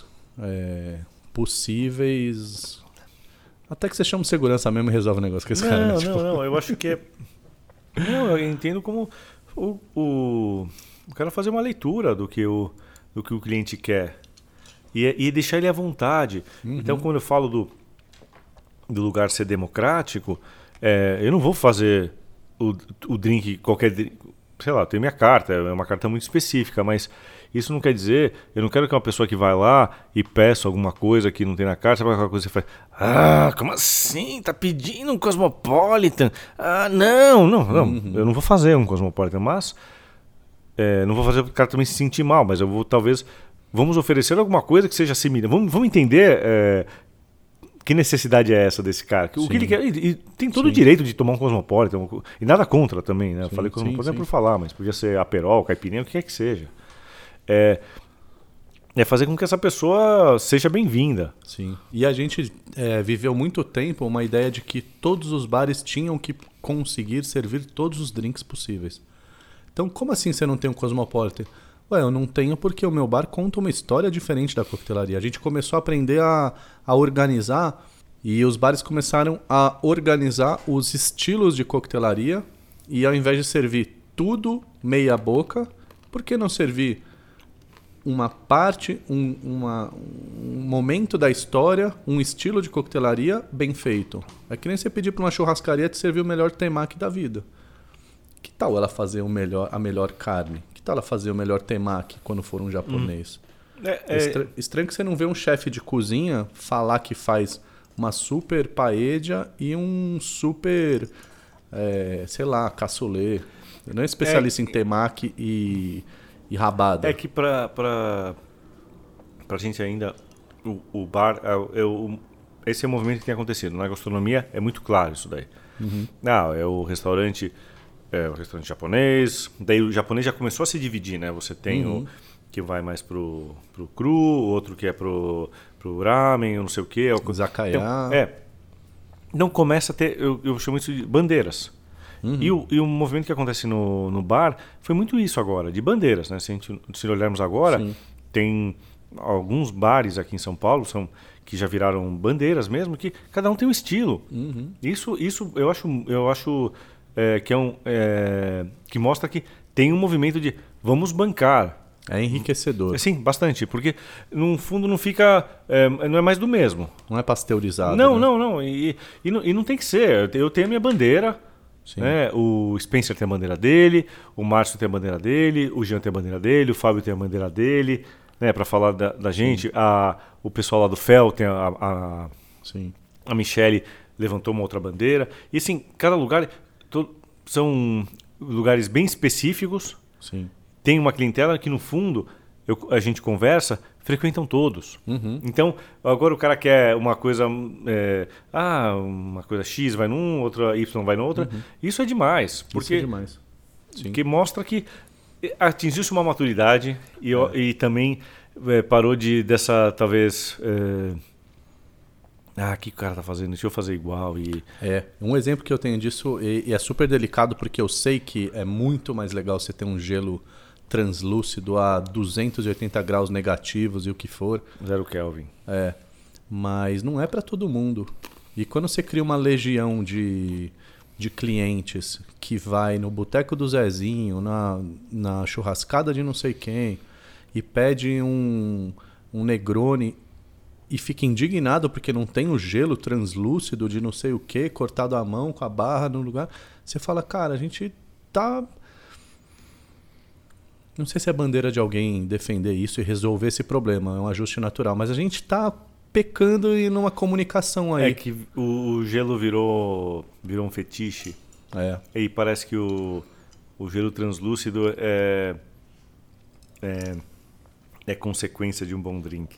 possíveis. Até que você chama de segurança mesmo e resolve o negócio com esse cara. Né? Não, eu acho que eu entendo como o cara fazer uma leitura do que o cliente quer e deixar ele à vontade. Uhum. Então, quando eu falo do lugar ser democrático, eu não vou fazer o drink, qualquer drink. Sei lá, eu tenho minha carta, é uma carta muito específica, mas isso não quer dizer, eu não quero que uma pessoa que vai lá e peça alguma coisa que não tem na carta, sabe aquela coisa que você faz, como assim? Tá pedindo um Cosmopolitan? Não, eu não vou fazer um Cosmopolitan, mas não vou fazer o cara também se sentir mal, mas eu vou vamos oferecer alguma coisa que seja similar, vamos entender que necessidade é essa desse cara? O que ele quer? E tem todo o direito de tomar um Cosmopolitan. E nada contra também, né? Eu falei Cosmopolitan por falar, mas podia ser Aperol, Caipirinha, o que quer que seja. É fazer com que essa pessoa seja bem-vinda. Sim. E a gente viveu muito tempo uma ideia de que todos os bares tinham que conseguir servir todos os drinks possíveis. Então, como assim você não tem um Cosmopolitan? Eu não tenho porque o meu bar conta uma história diferente da coquetelaria. A gente começou a aprender a organizar e os bares começaram a organizar os estilos de coquetelaria e ao invés de servir tudo meia boca, por que não servir uma parte, um momento da história, um estilo de coquetelaria bem feito? É que nem você pedir para uma churrascaria te servir o melhor temaki da vida. Que tal ela fazer a melhor carne? Que escutar ela fazer o melhor temaki quando for um japonês. Estranho que você não vê um chefe de cozinha falar que faz uma super paella e um super, sei lá, cassoulet. Não é especialista em temaki e rabada. É que pra gente ainda, o bar, esse é o movimento que tem acontecido. Na gastronomia é muito claro isso daí. É o restaurante japonês, daí o japonês já começou a se dividir, né? Você tem o que vai mais pro cru, outro que é pro ramen, eu não sei o que. O izakaya. Não começa a ter, eu chamo isso de bandeiras. E o movimento que acontece no bar foi muito isso agora, de bandeiras, né? Se olharmos agora, tem alguns bares aqui em São Paulo que já viraram bandeiras mesmo, que cada um tem um estilo. Isso eu acho que que mostra que tem um movimento de vamos bancar. É enriquecedor. Sim, bastante, porque no fundo não fica, não é mais do mesmo. Não é pasteurizado. Não. E não tem que ser. Eu tenho a minha bandeira. Né? O Spencer tem a bandeira dele, o Márcio tem a bandeira dele, o Jean tem a bandeira dele, o Fábio tem a bandeira dele, né? Para falar da gente. O pessoal lá do FEL tem a Michele levantou uma outra bandeira. E assim, cada lugar são lugares bem específicos. Sim. Tem uma clientela que no fundo a gente conversa, frequentam todos. Então, agora o cara quer uma coisa, uma coisa X vai num, outra Y vai na outra. Isso é demais. Porque, isso é demais. Sim. Porque mostra que atingiu-se uma maturidade e também parou dessa, talvez... o que o cara tá fazendo? Deixa eu fazer igual. Um exemplo que eu tenho disso, e é super delicado, porque eu sei que é muito mais legal você ter um gelo translúcido a 280 graus negativos e o que for. 0 Kelvin. Mas não é para todo mundo. E quando você cria uma legião de clientes que vai no boteco do Zezinho, na churrascada de não sei quem, e pede um Negroni e fica indignado porque não tem o gelo translúcido de não sei o que, cortado à mão com a barra no lugar, você fala, cara, a gente tá... Não sei se é bandeira de alguém defender isso e resolver esse problema, é um ajuste natural, mas a gente tá pecando em uma comunicação aí. É que o gelo virou um fetiche. E parece que o gelo translúcido é consequência de um bom drink.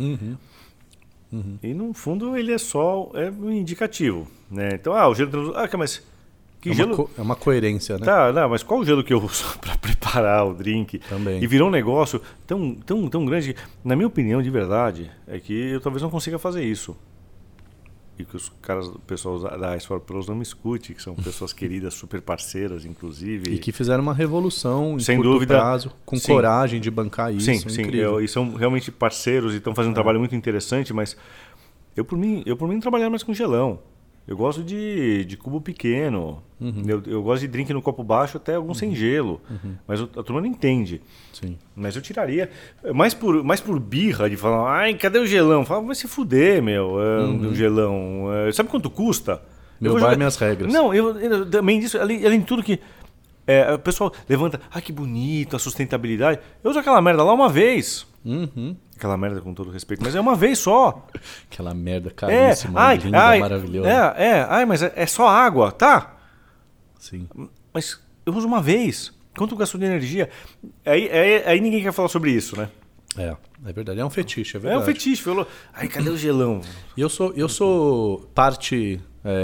E no fundo ele é um indicativo, né? Então, o gelo translúcido... mas que gelo... É uma coerência, né? Mas qual o gelo que eu uso para preparar o drink? Também. E virou um negócio tão grande que, na minha opinião, de verdade, é que eu talvez não consiga fazer isso. E que o pessoal da Ice for Pros não me escute, que são pessoas queridas, super parceiras, inclusive. E que fizeram uma revolução sem curto dúvida, prazo, com coragem de bancar isso. Sim, incrível. E são realmente parceiros e estão fazendo um trabalho muito interessante, mas eu por mim não trabalhar mais com gelão. Eu gosto de cubo pequeno. Eu gosto de drink no copo baixo, até algum sem gelo. Mas a turma não entende. Sim. Mas eu tiraria. Mais por birra, de falar, cadê o gelão? Fala, vai se fuder, meu, o gelão. Sabe quanto custa? Meu bar, minhas regras. Não, eu também disso, além de tudo que... o pessoal levanta, que bonito, a sustentabilidade. Eu uso aquela merda lá uma vez. Aquela merda, com todo respeito, mas é uma vez só. Aquela merda caríssima, linda, maravilhosa. Mas é só água, tá? Sim. Mas eu uso uma vez. Quanto gastou de energia? Aí ninguém quer falar sobre isso, né? É verdade. É um fetiche, é verdade. É um fetiche. Falou, cadê o gelão? E eu sou parte...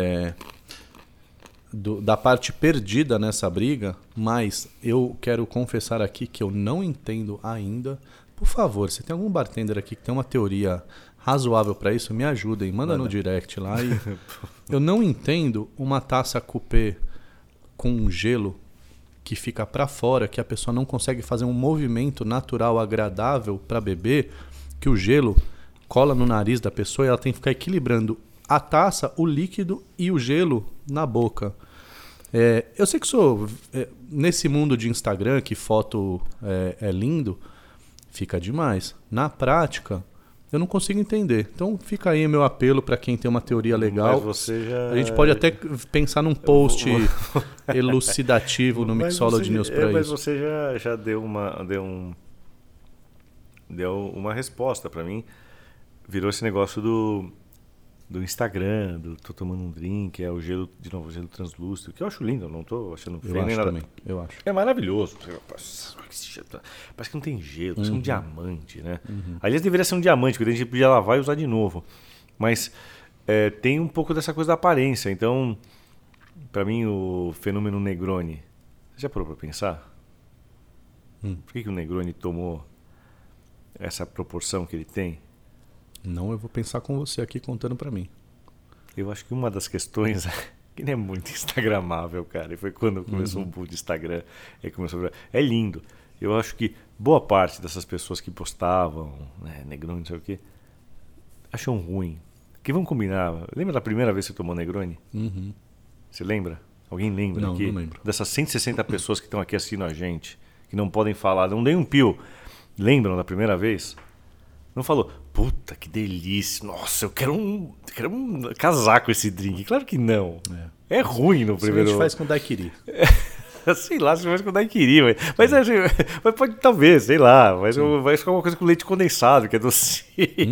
da parte perdida nessa briga, mas eu quero confessar aqui que eu não entendo ainda. Por favor, se tem algum bartender aqui que tem uma teoria razoável para isso, me ajudem, manda no direct lá. Eu não entendo uma taça coupé com gelo que fica para fora, que a pessoa não consegue fazer um movimento natural agradável para beber, que o gelo cola no nariz da pessoa e ela tem que ficar equilibrando a taça, o líquido e o gelo na boca. Eu sei que sou... nesse mundo de Instagram, que foto é lindo, fica demais. Na prática, Eu não consigo entender. Então fica aí meu apelo para quem tem uma teoria legal. Mas você já... A gente pode até pensar num post elucidativo no Mixology News para isso. Mas você já deu uma resposta para mim. Virou esse negócio do Instagram, tô tomando um drink, o gelo, de novo, o gelo translúcido, que eu acho lindo, eu não tô achando feio nem nada. Também, eu acho. É maravilhoso. Parece que não tem gelo, parece um diamante, né? Aliás, deveria ser um diamante, porque a gente podia lavar e usar de novo. Mas tem um pouco dessa coisa da aparência. Então, para mim, o fenômeno Negroni, você já parou para pensar? Por que o Negroni tomou essa proporção que ele tem? Não, eu vou pensar com você aqui contando pra mim. Eu acho que uma das questões que não é muito instagramável, cara, e foi quando começou o boom de Instagram, é lindo. Eu acho que boa parte dessas pessoas que postavam, né, Negroni, não sei o quê, acham ruim. Que vamos combinar, lembra da primeira vez que você tomou Negroni? Você lembra? Alguém lembra? Não, não lembro. Dessas 160 pessoas que estão aqui assistindo a gente, que não podem falar, não nem um pio, lembram da primeira vez? Não falou, puta, que delícia, nossa, eu quero casar com esse drink. Claro que não. É ruim no primeiro... A gente faz com daiquiri. Sei lá, se faz com daiquiri, mas pode, talvez, sei lá, mas vai ficar uma coisa com leite condensado, que é docinho.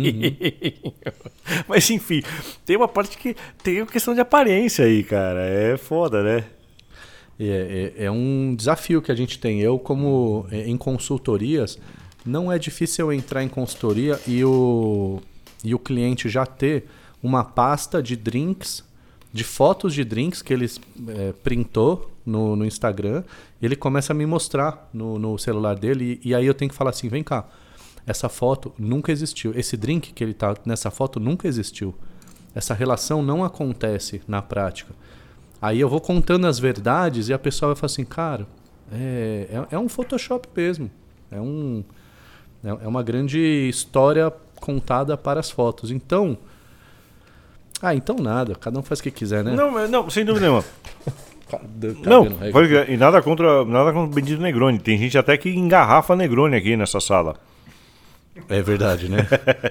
Mas enfim, tem uma parte que tem uma questão de aparência aí, cara, é foda, né? É um desafio que a gente tem. Eu, como em consultorias... Não é difícil eu entrar em consultoria e o cliente já ter uma pasta de drinks, de fotos de drinks que ele printou no Instagram. E ele começa a me mostrar no celular dele e aí eu tenho que falar assim, vem cá, essa foto nunca existiu. Esse drink que ele tá nessa foto nunca existiu. Essa relação não acontece na prática. Aí eu vou contando as verdades e a pessoa vai falar assim, cara, é um Photoshop mesmo. É uma grande história contada para as fotos. Então nada. Cada um faz o que quiser, né? Não, sem dúvida nenhuma. Não, e nada contra o bendito Negroni. Tem gente até que engarrafa Negroni aqui nessa sala. É verdade, né?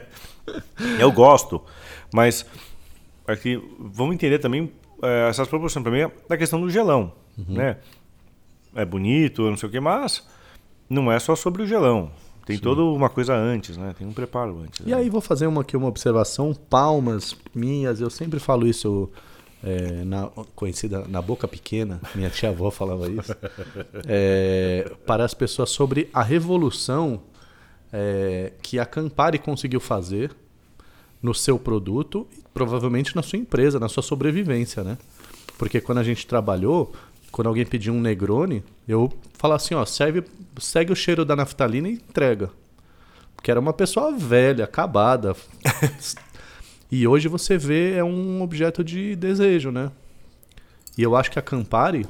Eu gosto. Mas aqui, vamos entender também essas proporções. Para mim é da questão do gelão. Né? É bonito, não sei o que, mas não é só sobre o gelão. Tem toda uma coisa antes, né? Tem um preparo antes. E aí vou fazer uma observação, palmas minhas, eu sempre falo isso, conhecida na boca pequena, minha tia-avó falava isso, para as pessoas sobre a revolução que a Campari conseguiu fazer no seu produto e provavelmente na sua empresa, na sua sobrevivência, né? Porque quando a gente trabalhou, quando alguém pedia um Negroni, eu falava assim, ó, segue o cheiro da naftalina e entrega. Porque era uma pessoa velha, acabada. E hoje você vê, é um objeto de desejo, né? E eu acho que a Campari,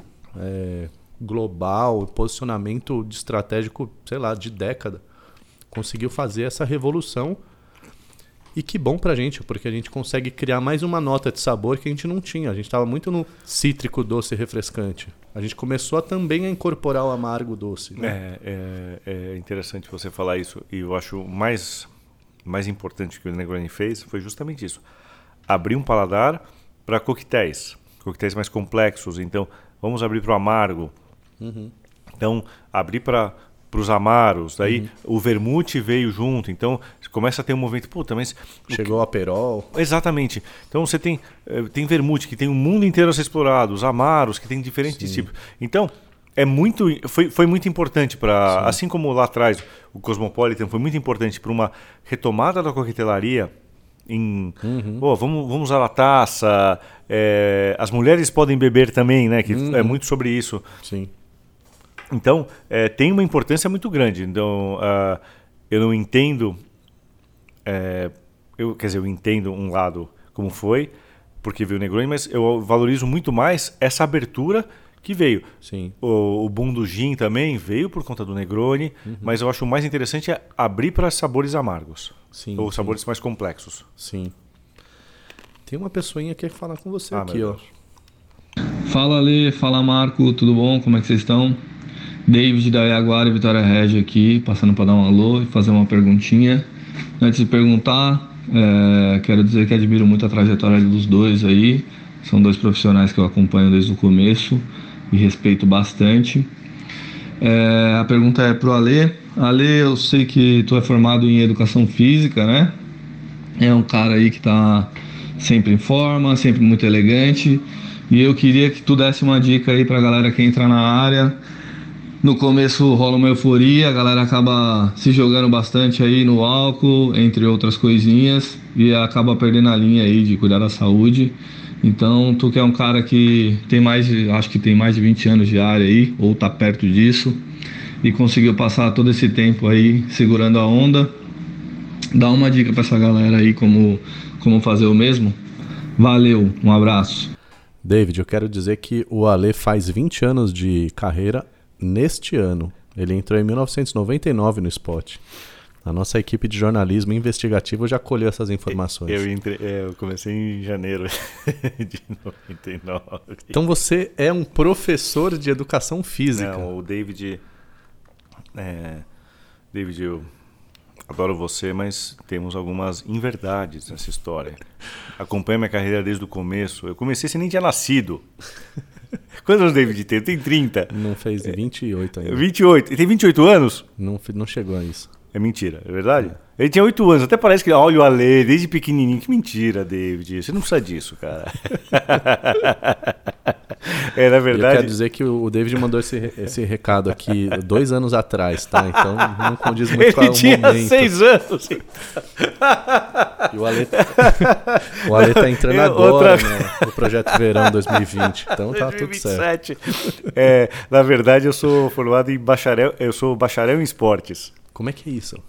global, posicionamento estratégico, sei lá, de década, conseguiu fazer essa revolução. E que bom pra gente, porque a gente consegue criar mais uma nota de sabor que a gente não tinha. A gente estava muito no cítrico, doce, refrescante. A gente começou também a incorporar o amargo doce. Né? É interessante você falar isso. E eu acho mais importante que o Negroni fez foi justamente isso. Abrir um paladar para coquetéis mais complexos. Então, vamos abrir para o amargo. Então, abrir para os amaros, daí o vermute veio junto, então começa a ter um movimento, puta, mas... Chegou o Aperol. Exatamente. Então você tem vermute, que tem um mundo inteiro a ser explorado, os amaros, que tem diferentes tipos. Então, foi muito importante para, assim como lá atrás o Cosmopolitan foi muito importante para uma retomada da coquetelaria vamos usar a taça, as mulheres podem beber também, né, que é muito sobre isso. Sim. Então, tem uma importância muito grande. Então, eu não entendo... eu entendo um lado como foi, porque veio o Negroni, mas eu valorizo muito mais essa abertura que veio. Sim. O boom do gin também veio por conta do Negroni, mas eu acho o mais interessante é abrir para sabores amargos. Sim, ou sabores mais complexos. Sim. Tem uma pessoinha que quer falar com você aqui, ó. Fala, Lê. Fala, Marco. Tudo bom? Como é que vocês estão? David da Iaguara e Vitória Regia aqui, passando para dar um alô e fazer uma perguntinha. Antes de perguntar, quero dizer que admiro muito a trajetória dos dois aí. São dois profissionais que eu acompanho desde o começo e respeito bastante. A pergunta é pro Ale. Ale, eu sei que tu é formado em educação física, né? É um cara aí que tá sempre em forma, sempre muito elegante. E eu queria que tu desse uma dica aí pra galera que entra na área. No começo rola uma euforia, a galera acaba se jogando bastante aí no álcool, entre outras coisinhas, e acaba perdendo a linha aí de cuidar da saúde. Então, tu que é um cara que acho que tem mais de 20 anos de área aí, ou tá perto disso, e conseguiu passar todo esse tempo aí segurando a onda, dá uma dica pra essa galera aí como fazer o mesmo. Valeu, um abraço. David, eu quero dizer que o Ale faz 20 anos de carreira neste ano. Ele entrou em 1999 no Spot. A nossa equipe de jornalismo investigativo já colheu essas informações. Eu comecei em janeiro de 99. Então você é um professor de educação física. Não, o David... David, eu adoro você, mas temos algumas inverdades nessa história. Acompanho minha carreira desde o começo. Eu comecei sem nem tinha nascido. Quantos anos o David tem? Eu tenho 30. Não fez 28 ainda. 28. Ele tem 28 anos? Não chegou a isso. É mentira, é verdade? Ele tinha 8 anos, até parece que olha o Ale desde pequenininho. Que mentira, David. Você não precisa disso, cara. Na verdade... Eu quero dizer que o David mandou esse recado aqui 2 anos atrás, tá? Então não condiz muito com o momento. Ele tinha 6 anos. E o Ale tá entrando agora no Projeto Verão 2020. Então tá 2027. Tudo certo. Na verdade, eu sou formado em bacharel. Eu sou bacharel em esportes. Como é que é isso?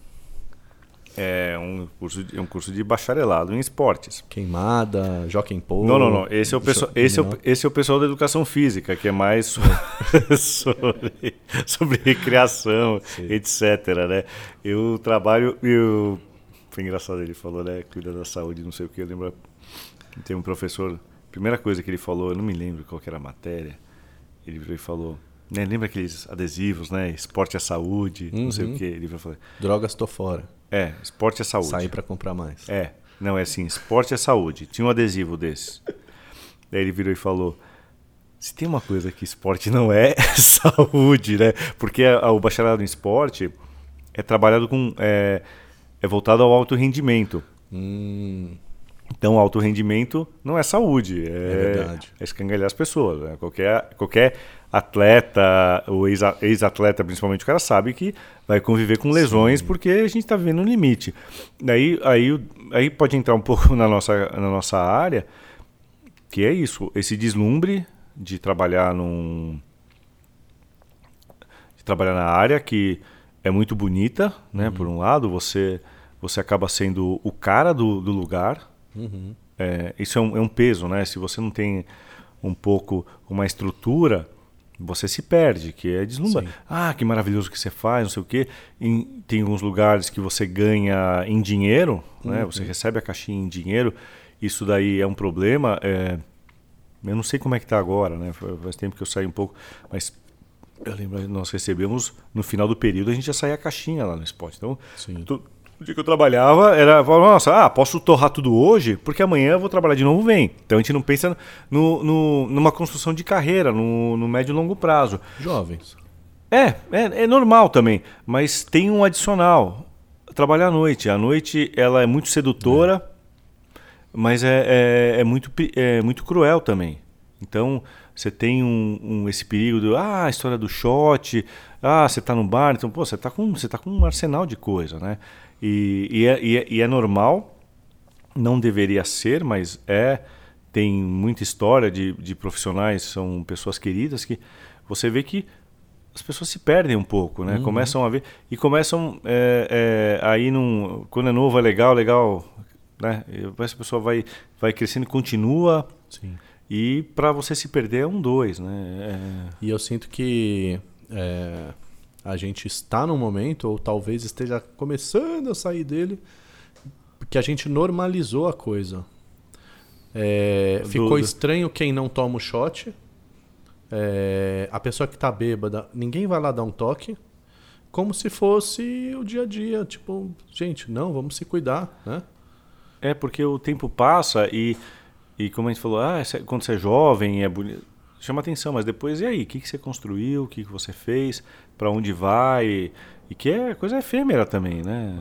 É um curso de bacharelado em esportes. Queimada, jockey pole. Não. Esse é o pessoal da educação física, que é mais sobre recreação, sim, etc. Né? Eu trabalho. Foi engraçado, ele falou, né? Cuida da saúde, não sei o que. Eu lembro. Tem um professor. Primeira coisa que ele falou, eu não me lembro qual que era a matéria. Ele virou e falou. Né, lembra aqueles adesivos, né? Esporte é saúde, não sei o que. Ele falou, drogas, tô fora. Esporte é saúde. Sair pra comprar mais. Não, é assim, esporte é saúde. Tinha um adesivo desse. Daí ele virou e falou, se tem uma coisa que esporte não é saúde, né? Porque o bacharelado em esporte é trabalhado com... É voltado ao alto rendimento. Então, alto rendimento não é saúde. É verdade. É escangalhar as pessoas. Né? Qualquer atleta, ou ex-atleta, principalmente, o cara sabe que vai conviver com lesões. Sim. Porque a gente está vivendo um limite. Aí pode entrar um pouco na nossa área, que é isso, esse deslumbre de trabalhar na área que é muito bonita, né? Por um lado, você acaba sendo o cara do lugar. Uhum. Isso é um peso, né? Se você não tem um pouco uma estrutura, você se perde, que é deslumbre. Que maravilhoso que você faz, não sei o quê. Tem alguns lugares que você ganha em dinheiro, né? Você recebe a caixinha em dinheiro. Isso daí é um problema. Eu não sei como é que está agora, né? Faz tempo que eu saí um pouco, mas eu lembro, nós recebemos no final do período, a gente já saía a caixinha lá no Spot. Então, o dia que eu trabalhava era, nossa, posso torrar tudo hoje, porque amanhã eu vou trabalhar de novo, vem. Então a gente não pensa numa construção de carreira, no médio e longo prazo. Jovens. É normal também, mas tem um adicional. Trabalhar à noite. A noite ela é muito sedutora, mas é muito cruel também. Então você tem esse perigo a história do shot, você está no bar, então você está com um arsenal de coisa, né? E é normal, não deveria ser, mas tem muita história de profissionais, são pessoas queridas que você vê que as pessoas se perdem um pouco, né? Começam a ver e começam aí quando é novo é legal, né? Essa pessoa vai crescendo e continua. Sim. E para você se perder é 2, né? E eu sinto que a gente está num momento, ou talvez esteja começando a sair dele, porque a gente normalizou a coisa. Ficou estranho quem não toma o shot. A pessoa que está bêbada, ninguém vai lá dar um toque. como se fosse o dia a dia. Tipo, gente, não, vamos se cuidar, né? Porque o tempo passa e como a gente falou, quando você é jovem, é bonito, chama atenção, mas depois, e aí? O que você construiu? O que você fez? Para onde vai? E que é coisa efêmera também, né?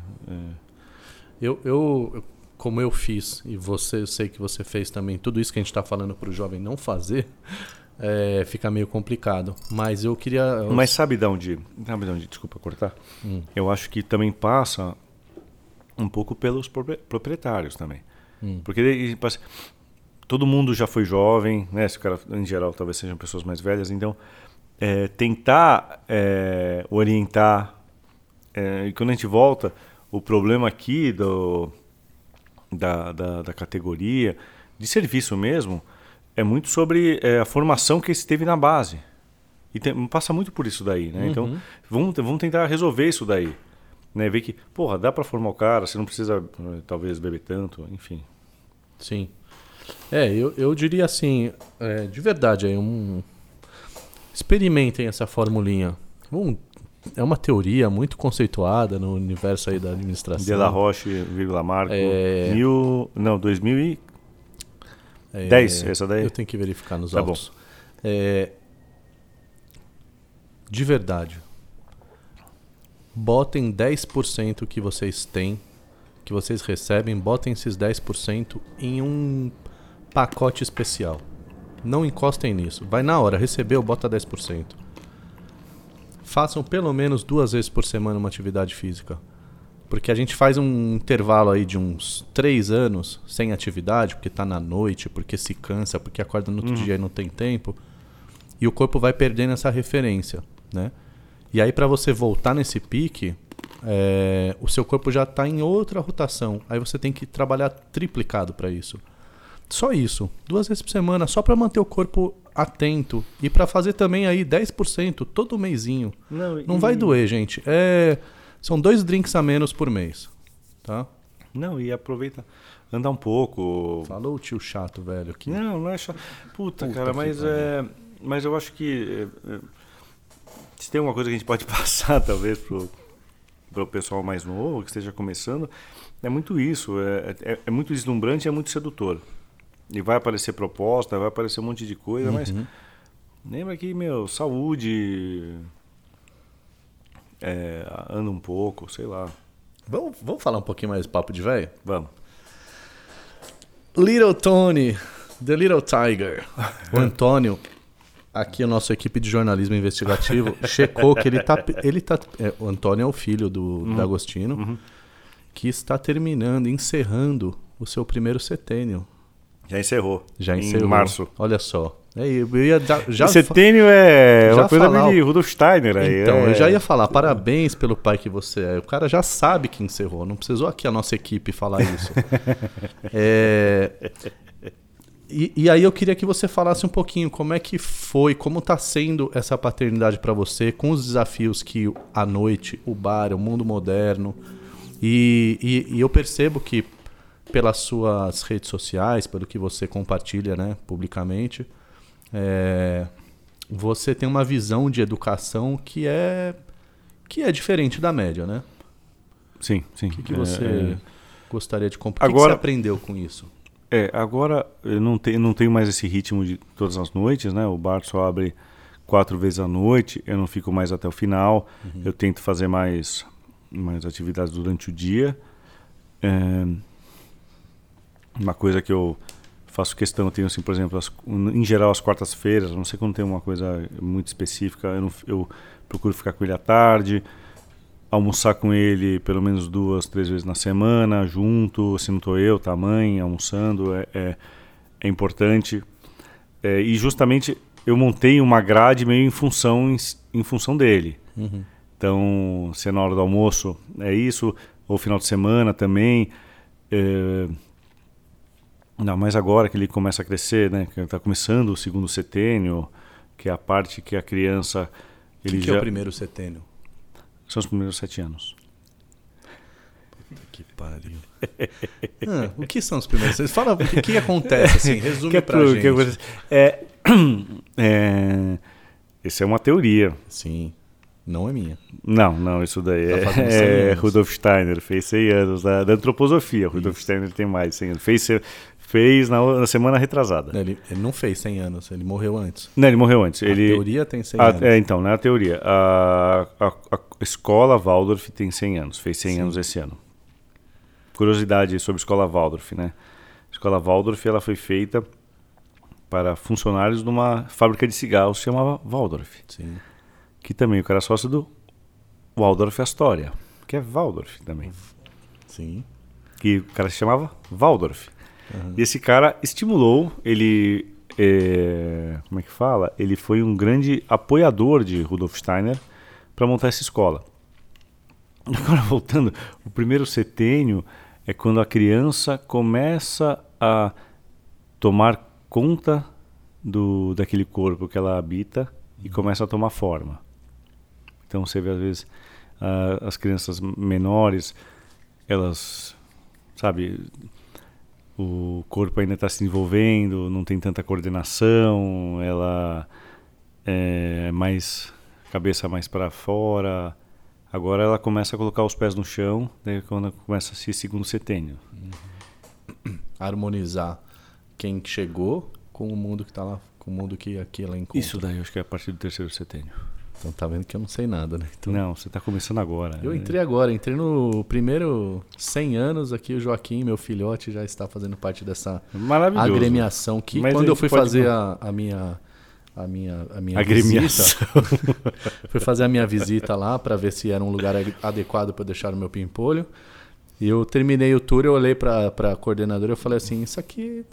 Eu, como eu fiz, e eu sei que você fez também, tudo isso que a gente está falando para o jovem não fazer, fica meio complicado. Mas eu queria... Mas sabe de onde, desculpa cortar? Eu acho que também passa um pouco pelos proprietários também. Porque todo mundo já foi jovem, né? Esse cara, em geral, talvez sejam pessoas mais velhas, então tentar orientar. E quando a gente volta, o problema aqui da categoria de serviço mesmo é muito sobre a formação que se teve na base. E passa muito por isso daí, né? Então, vamos tentar resolver isso daí. Né? Ver que, dá para formar o cara, você não precisa, talvez, beber tanto, enfim. Sim. Eu diria assim, de verdade, experimentem essa formulinha. É uma teoria muito conceituada no universo aí da administração. De La Roche, vírgula Marco, 2010, essa daí? Eu tenho que verificar nos autos. Bom. De verdade, botem 10% que vocês têm, que vocês recebem, botem esses 10% em um pacote especial. Não encostem nisso. Vai na hora, recebeu, bota 10%. Façam pelo menos 2 vezes por semana uma atividade física. Porque a gente faz um intervalo aí de uns 3 anos sem atividade, porque está na noite, porque se cansa, porque acorda no outro dia e não tem tempo. E o corpo vai perdendo essa referência, né? E aí para você voltar nesse pique, o seu corpo já está em outra rotação. Aí você tem que trabalhar triplicado para isso. Só isso, 2 vezes por semana, só para manter o corpo atento. E para fazer também aí 10% todo mêsinho. Não vai doer, gente. São 2 drinks a menos por mês, tá? Não, e aproveita, andar um pouco. Falou o tio chato, velho. Aqui. Não é chato. Puta cara, mas eu acho que se tem uma coisa que a gente pode passar, talvez, pro pessoal mais novo, que esteja começando, é muito isso. É muito deslumbrante e é muito sedutor. E vai aparecer proposta, vai aparecer um monte de coisa, mas lembra que, saúde, anda um pouco, sei lá. Vamos falar um pouquinho mais de papo de velho? Vamos. Little Tony, The Little Tiger. O Antônio, aqui a nossa equipe de jornalismo investigativo, checou que ele tá o Antônio é o filho do D'Agostino, que está encerrando o seu primeiro setênio. Já encerrou. Em março. Olha só. Eu ia já setênio é uma coisa meio de Rudolf Steiner aí. Então, eu já ia falar, parabéns pelo pai que você é. O cara já sabe que encerrou. Não precisou aqui a nossa equipe falar isso. E aí eu queria que você falasse um pouquinho como é que foi, como está sendo essa paternidade para você, com os desafios que a noite, o bar, o mundo moderno. E eu percebo que pelas suas redes sociais, pelo que você compartilha, né, publicamente, você tem uma visão de educação que é diferente da média, né? Sim. O que você gostaria de compartilhar? Agora, o que você aprendeu com isso? Agora eu não tenho mais esse ritmo de todas as noites, né? O bar só abre 4 vezes à noite, eu não fico mais até o final, eu tento fazer mais atividades durante o dia. Uma coisa que eu faço questão, eu tenho assim, por exemplo, em geral as quartas-feiras, não sei quando tem uma coisa muito específica, eu procuro ficar com ele à tarde, almoçar com ele pelo menos 2, 3 vezes na semana, junto, se não estou eu, tá a mãe almoçando, é importante. E justamente eu montei uma grade meio em função dele. Então, se é na hora do almoço, é isso, ou final de semana também. Não, mas agora que ele começa a crescer, né, que está começando o segundo setênio, que é a parte que a criança... O que é o primeiro setênio? São os primeiros 7 anos. Puta que pariu. O que são os primeiros? Você fala o que acontece, assim, resume pra gente. Essa é uma teoria. Sim. Não é minha. Não, isso daí Tá fazendo 100 é anos. Rudolf Steiner, fez 100 anos da antroposofia. Rudolf Steiner tem mais de 100 anos. Fez na semana retrasada. Ele não fez 100 anos, ele morreu antes. Não, ele morreu antes. A teoria tem 100 anos. Então, na teoria. A escola Waldorf tem 100 anos, fez 100 anos esse ano. Curiosidade sobre a escola Waldorf, né? A escola Waldorf ela foi feita para funcionários de uma fábrica de cigarros que se chamava Waldorf. Sim. Que também o cara é sócio do Waldorf Astoria, que é Waldorf também. Sim. Que o cara se chamava Waldorf. E esse cara estimulou, ele... como é que fala? Ele foi um grande apoiador de Rudolf Steiner para montar essa escola. Agora, voltando, o primeiro setênio é quando a criança começa a tomar conta daquele corpo que ela habita e começa a tomar forma. Então você vê às vezes as crianças menores, elas, sabe, o corpo ainda está se desenvolvendo, não tem tanta coordenação, ela é mais cabeça mais para fora. Agora ela começa a colocar os pés no chão, daí quando começa esse segundo setênio. Harmonizar quem chegou com o mundo que tá lá, com o mundo que aqui ela encontra. Isso daí eu acho que é a partir do terceiro setênio. Então tá vendo que eu não sei nada, né? Então, Não, você está começando agora. eu entrei agora, entrei no primeiro 100 anos aqui, o Joaquim, meu filhote, já está fazendo parte dessa Maravilhoso. agremiação que Mas quando a eu gente fui pode- fazer a minha Agremiação. visita, fui fazer a minha visita lá para ver se era um lugar adequado para deixar o meu pimpolho. E eu terminei o tour, eu olhei para a coordenadora e falei assim, isso aqui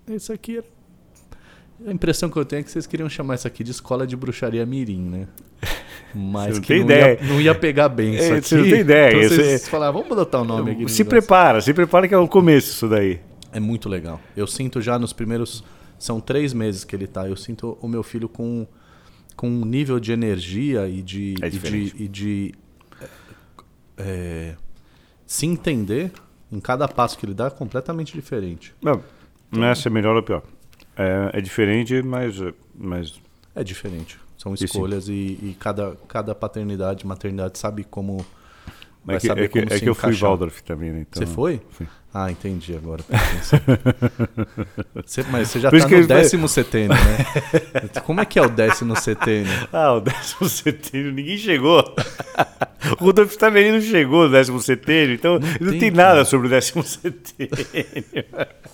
a impressão que eu tenho é que vocês queriam chamar isso aqui de escola de bruxaria mirim, né? Mas Você não que tem não ideia. não ia pegar bem isso aqui. Você não tem ideia. Então vocês Você- falaram, vamos adotar o nome aqui. no Se negócio. prepara que é o começo isso daí. É muito legal. Eu sinto já nos primeiros... São 3 meses que ele tá. Eu sinto o meu filho com um nível de energia e de... É e diferente. de se entender em cada passo que ele dá é completamente diferente. Não é se é melhor ou pior. É diferente, mas É diferente. São sim. escolhas e cada paternidade, maternidade sabe como... Vai é que, saber é que, como é se que eu fui encaixar. Waldorf também, né? Então, Você foi? Fui. Ah, entendi agora. Mas você já Por isso tá que no ele- 10º setênio, né? Como é que é o 10º setênio? O 10º setênio, ninguém chegou. O Rudolf Steiner não chegou no 10º setênio, então não tem, tem cara. nada sobre o 10º setênio.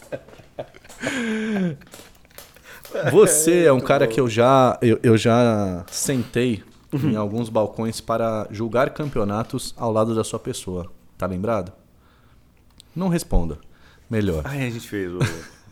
Você é um cara que eu já sentei em alguns balcões para julgar campeonatos ao lado da sua pessoa. Tá lembrado? Não responda. Melhor. A gente fez o...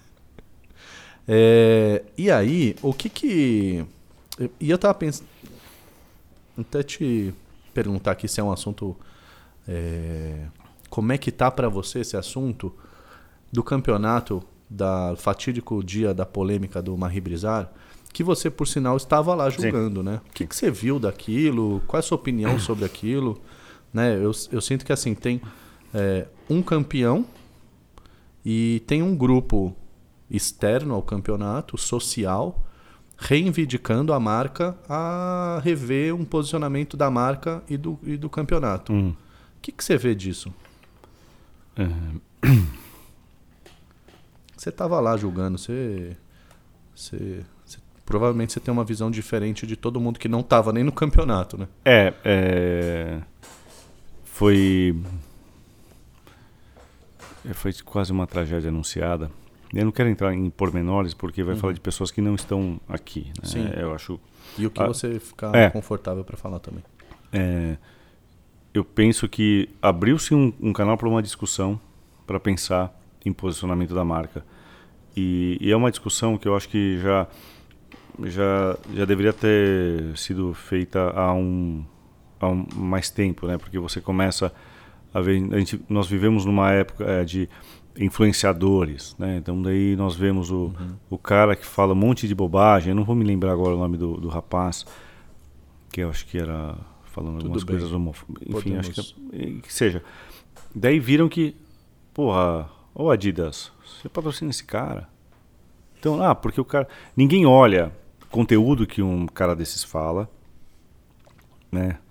E aí, o que... E eu tava pensando... Até te perguntar aqui se é um assunto... Como é que tá pra você esse assunto do campeonato, da fatídico dia da polêmica do Marie Brizard, que você, por sinal, estava lá julgando, né? O que você viu daquilo? Qual é a sua opinião sobre aquilo? Né? Eu sinto que assim, tem um campeão e tem um grupo externo ao campeonato, social, reivindicando a marca a rever um posicionamento da marca e do campeonato. O que você vê disso? Você estava lá julgando, provavelmente você tem uma visão diferente de todo mundo que não estava nem no campeonato, né? Foi quase uma tragédia anunciada. Eu não quero entrar em pormenores porque vai falar de pessoas que não estão aqui, né? Sim. Eu acho. E o que você ficar confortável para falar também. Eu penso que abriu-se um canal para uma discussão para pensar em posicionamento da marca. E é uma discussão que eu acho que já deveria ter sido feita há mais tempo, né? Porque você começa a ver... nós vivemos numa época de influenciadores, né? Então daí nós vemos o cara que fala um monte de bobagem. Eu não vou me lembrar agora o nome do rapaz, que eu acho que era falando algumas coisas homofóbicas. Enfim, acho que seja. Daí viram que, porra, ô Adidas, você patrocina esse cara. Então, porque o cara... Ninguém olha o conteúdo que um cara desses fala, né?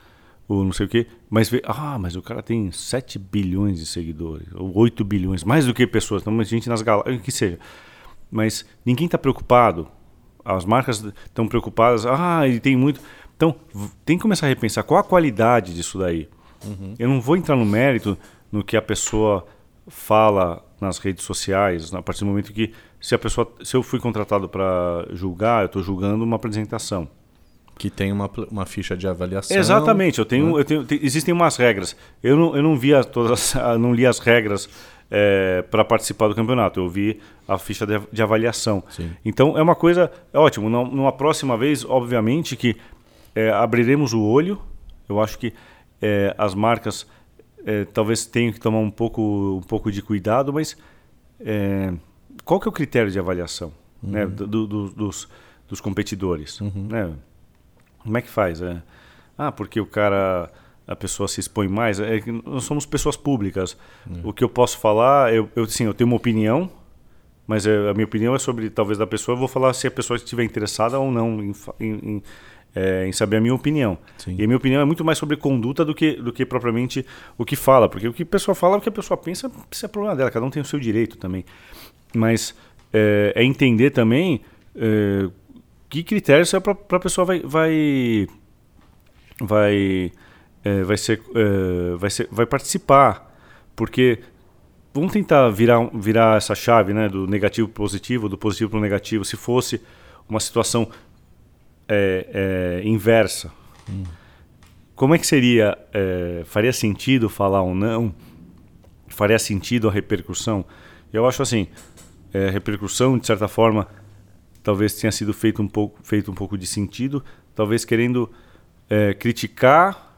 ou não sei o quê, mas mas o cara tem 7 bilhões de seguidores, ou 8 bilhões, mais do que pessoas, então a gente nas galáxias, que seja. Mas ninguém está preocupado, as marcas estão preocupadas, ele tem muito. Então, tem que começar a repensar qual a qualidade disso daí. Eu não vou entrar no mérito no que a pessoa fala nas redes sociais, a partir do momento que, se eu fui contratado para julgar, eu estou julgando uma apresentação. Que tem uma ficha de avaliação. Exatamente, existem umas regras. Eu não não li as regras para participar do campeonato, eu vi a ficha de avaliação. Sim. Então é uma coisa ótima. Numa próxima vez, obviamente que abriremos o olho. Eu acho que as marcas talvez tenham que tomar um pouco de cuidado, mas qual que é o critério de avaliação, né, dos competidores? Né? Como é que faz? Porque a pessoa se expõe mais. Nós somos pessoas públicas. O que eu posso falar, eu tenho uma opinião, mas a minha opinião é sobre, talvez, da pessoa. Eu vou falar se a pessoa estiver interessada ou não em saber a minha opinião. Sim. E a minha opinião é muito mais sobre conduta do que propriamente o que fala. Porque o que a pessoa fala, o que a pessoa pensa, isso é problema dela. Cada um tem o seu direito também. Mas é entender também que critérios para a pessoa vai participar. Porque vamos tentar virar essa chave, né, do negativo para o positivo, do positivo para o negativo. Se fosse uma situação inversa, como é que seria? Faria sentido falar ou não? Faria sentido a repercussão? Eu acho assim, a repercussão, de certa forma, talvez tenha sido feito um pouco de sentido, talvez querendo criticar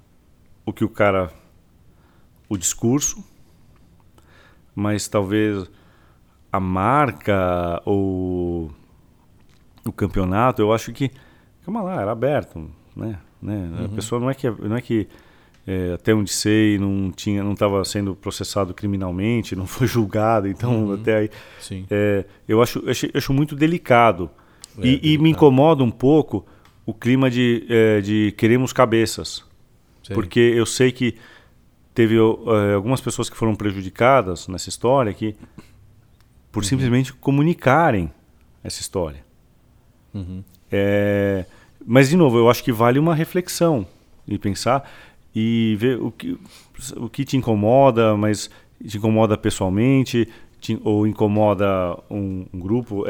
o discurso, mas talvez a marca ou o campeonato, eu acho que, calma lá, era aberto, né? A pessoa não é que até onde sei não estava sendo processado criminalmente, não foi julgado, então até aí. Sim. Eu acho muito delicado. Delicado. Me incomoda um pouco o clima de queremos cabeças. Sei. Porque eu sei que teve algumas pessoas que foram prejudicadas nessa história por simplesmente comunicarem essa história. Mas, de novo, eu acho que vale uma reflexão e pensar e ver o que te incomoda, mas te incomoda pessoalmente, ou incomoda um grupo.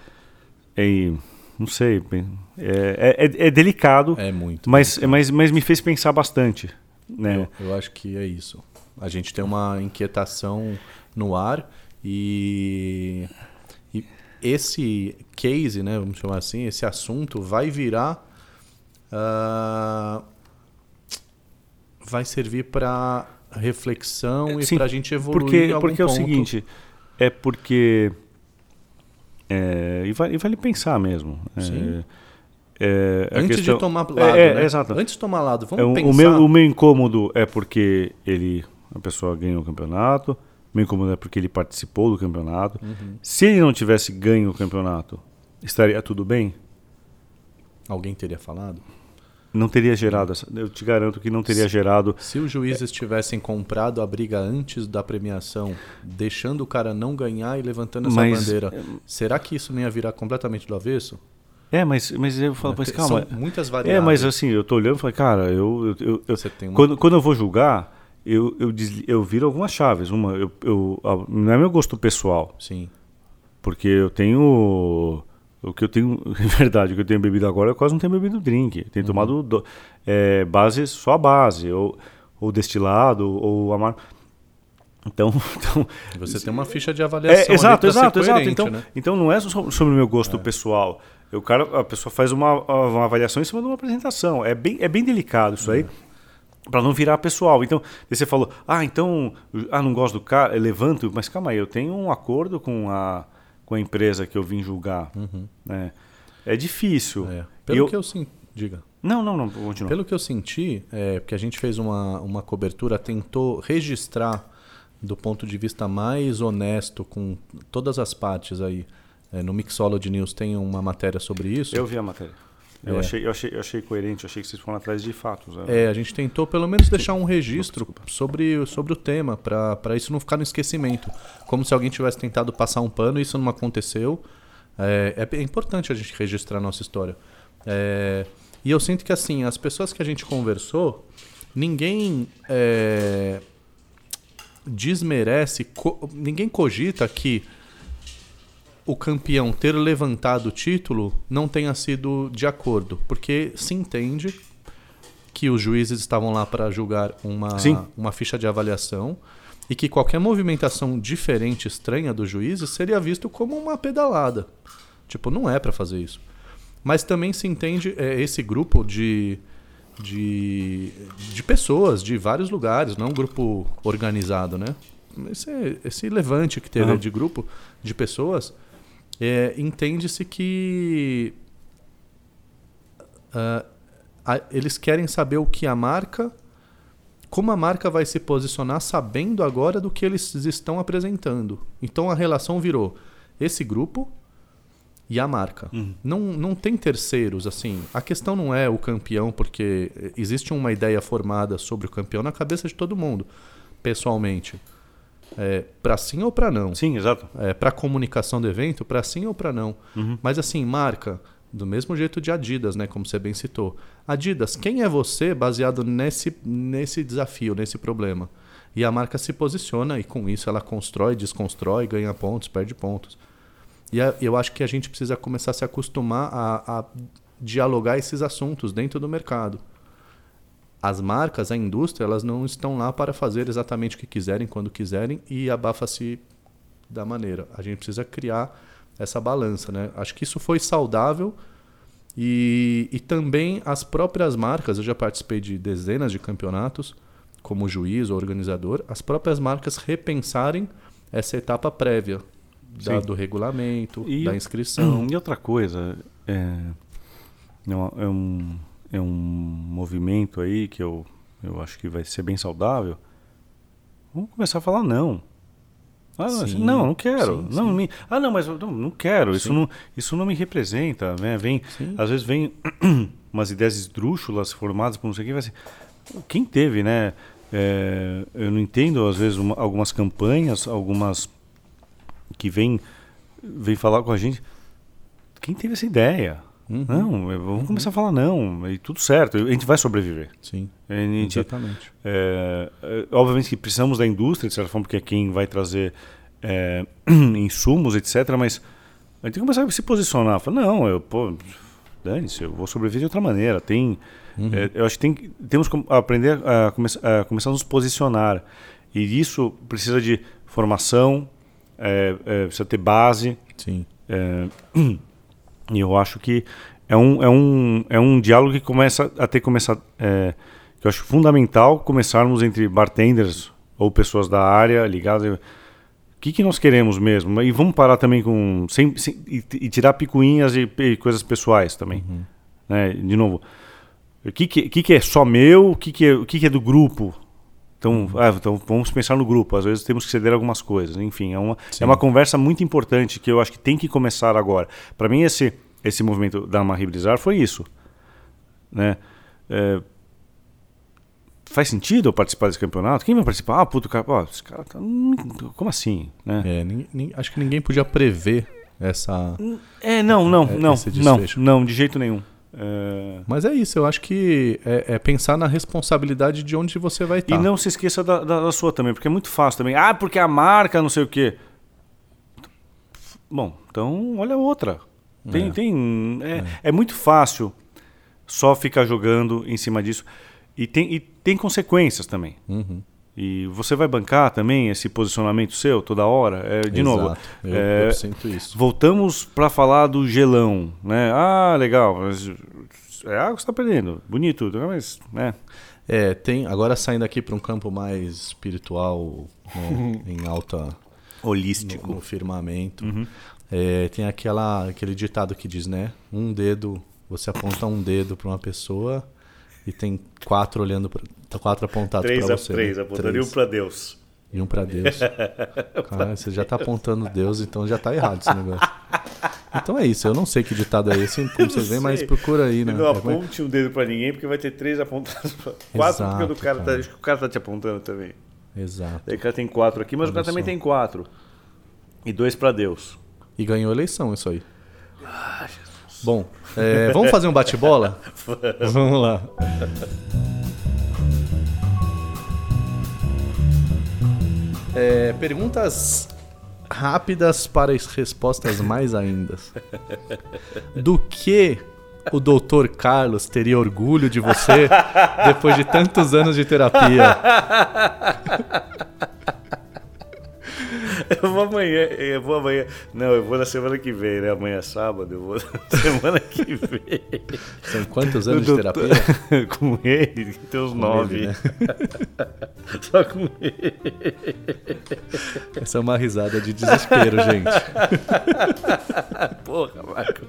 Não sei, é delicado, muito mas me fez pensar bastante. Né? Eu acho que é isso. A gente tem uma inquietação no ar e esse case, né, vamos chamar assim, esse assunto vai virar... vai servir para reflexão e para a gente evoluir em algum porque é o ponto. seguinte, e vale pensar mesmo. Sim. Antes de tomar lado, né? Exato. Antes de tomar lado, vamos pensar... O meu incômodo é porque a pessoa ganhou o campeonato, o meu incômodo é porque ele participou do campeonato. Se ele não tivesse ganho o campeonato, estaria tudo bem? Alguém teria falado? Não teria gerado, eu te garanto que não teria gerado. Se os juízes tivessem comprado a briga antes da premiação, deixando o cara não ganhar e levantando essa bandeira, será que isso não ia virar completamente do avesso? Mas eu falo, mas calma. São muitas variáveis. Mas assim, eu tô olhando e falei, cara, Você tem uma... quando eu vou julgar, eu viro algumas chaves. Não é meu gosto pessoal. Sim. Porque eu tenho... O que eu tenho, é verdade, o que eu tenho bebido agora, eu quase não tenho bebido drink. Eu tenho tomado só a base, ou destilado, ou amargo. Então, você tem uma ficha de avaliação. Exato. Né? Então não é sobre o meu gosto pessoal. A pessoa faz uma avaliação em cima de uma apresentação. É bem delicado isso aí, para não virar pessoal. Então, você falou, não gosto do cara, eu levanto, mas calma aí, eu tenho um acordo com a empresa que eu vim julgar. Né? É difícil. Pelo que eu senti... Diga. Não, continua. Pelo que eu senti, porque a gente fez uma cobertura, tentou registrar do ponto de vista mais honesto com todas as partes aí. No Mixology News tem uma matéria sobre isso. Eu vi a matéria. Eu achei coerente, achei que vocês foram atrás de fatos. Né? A gente tentou pelo menos deixar um registro sobre o tema, para isso não ficar no esquecimento. Como se alguém tivesse tentado passar um pano e isso não aconteceu. É importante a gente registrar a nossa história. E eu sinto que assim, as pessoas que a gente conversou, ninguém desmerece, ninguém cogita que o campeão ter levantado o título não tenha sido de acordo, porque se entende que os juízes estavam lá para julgar uma ficha de avaliação e que qualquer movimentação diferente, estranha dos juízes seria visto como uma pedalada. Tipo, não é para fazer isso. Mas também se entende esse grupo de pessoas de vários lugares, não é um grupo organizado, né? Esse levante que teve de grupo de pessoas, entende-se que eles querem saber como a marca vai se posicionar sabendo agora do que eles estão apresentando. Então a relação virou esse grupo e a marca. Não tem terceiros, assim. A questão não é o campeão, porque existe uma ideia formada sobre o campeão na cabeça de todo mundo, pessoalmente. Para sim ou para não. Sim, exato. Para comunicação do evento, para sim ou para não. Mas assim, marca, do mesmo jeito de Adidas, né, como você bem citou. Adidas, quem é você baseado nesse desafio, nesse problema? E a marca se posiciona e com isso ela constrói, desconstrói, ganha pontos, perde pontos. E eu acho que a gente precisa começar a se acostumar a dialogar esses assuntos dentro do mercado. As marcas, a indústria, elas não estão lá para fazer exatamente o que quiserem, quando quiserem, e abafa-se da maneira. A gente precisa criar essa balança, né? Acho que isso foi saudável e também as próprias marcas, eu já participei de dezenas de campeonatos, como juiz ou organizador, as próprias marcas repensarem essa etapa prévia do regulamento, da inscrição. E outra coisa, é um movimento aí que eu acho que vai ser bem saudável. Vamos começar a falar não. Não quero. Sim, não, sim. Mas não quero. Isso não me representa. Né? Às vezes vem umas ideias esdrúxulas formadas por não sei o que. Vai ser. Quem teve, né? Eu não entendo, às vezes, algumas campanhas, algumas que vem falar com a gente. Quem teve essa ideia? Não, vamos começar a falar não, e tudo certo, a gente vai sobreviver. Sim, exatamente. Obviamente que precisamos da indústria, de certa forma, porque é quem vai trazer insumos, etc. Mas a gente tem que começar a se posicionar. Falar, dane-se, eu vou sobreviver de outra maneira. Eu acho que temos que aprender a começar a nos posicionar. E isso precisa de formação, precisa ter base. Sim. E eu acho que é um diálogo que começa a ter que eu acho fundamental começarmos entre bartenders ou pessoas da área ligadas. O que nós queremos mesmo? E vamos parar também e tirar picuinhas e coisas pessoais também. Né? De novo, o que é só meu? O que é do grupo? Então vamos pensar no grupo. Às vezes temos que ceder algumas coisas. Enfim, é uma conversa muito importante que eu acho que tem que começar agora. Para mim, esse movimento da Marie Blizzard foi isso. Né? Faz sentido eu participar desse campeonato? Quem vai participar? Esse cara tá... Como assim? Né? Acho que ninguém podia prever essa... Não, de jeito nenhum. Mas é isso, eu acho que é pensar na responsabilidade de onde você vai estar. E não se esqueça da sua também, porque é muito fácil também. Porque a marca não sei o quê. Bom, então olha outra. É muito fácil só ficar jogando em cima disso. E tem consequências também. E você vai bancar também esse posicionamento seu toda hora? De novo, eu sinto isso. Voltamos para falar do gelão. Né? Legal. Mas é água que você está perdendo. Bonito, mas... Agora saindo aqui para um campo mais espiritual, em alta... Holístico. No firmamento. Tem aquele ditado que diz, né? Você aponta um dedo para uma pessoa... E tem 4 apontados para você. 3 apontando e um para Deus. E um para Deus. Cara, você já está apontando Deus, então já está errado esse negócio. Então é isso, eu não sei que ditado é esse, como vocês veem, mas procura aí, né? Não aponte um dedo pra ninguém, porque vai ter 3 apontados. 4 porque o do cara tá. Acho que o cara tá te apontando também. Exato. Daí o cara tem 4 aqui, mas o cara também tem 4. E 2 pra Deus. E ganhou a eleição, isso aí. Bom, vamos fazer um bate-bola? Vamos lá. Perguntas rápidas para as respostas mais ainda. Do que o Dr. Carlos teria orgulho de você depois de tantos anos de terapia? Eu vou amanhã. Não, eu vou na semana que vem, né? Amanhã é sábado, eu vou na semana que vem. São quantos anos de terapia? Com ele, tem uns 9. Ele, né? Só com ele. Essa é uma risada de desespero, gente. Porra, Marco.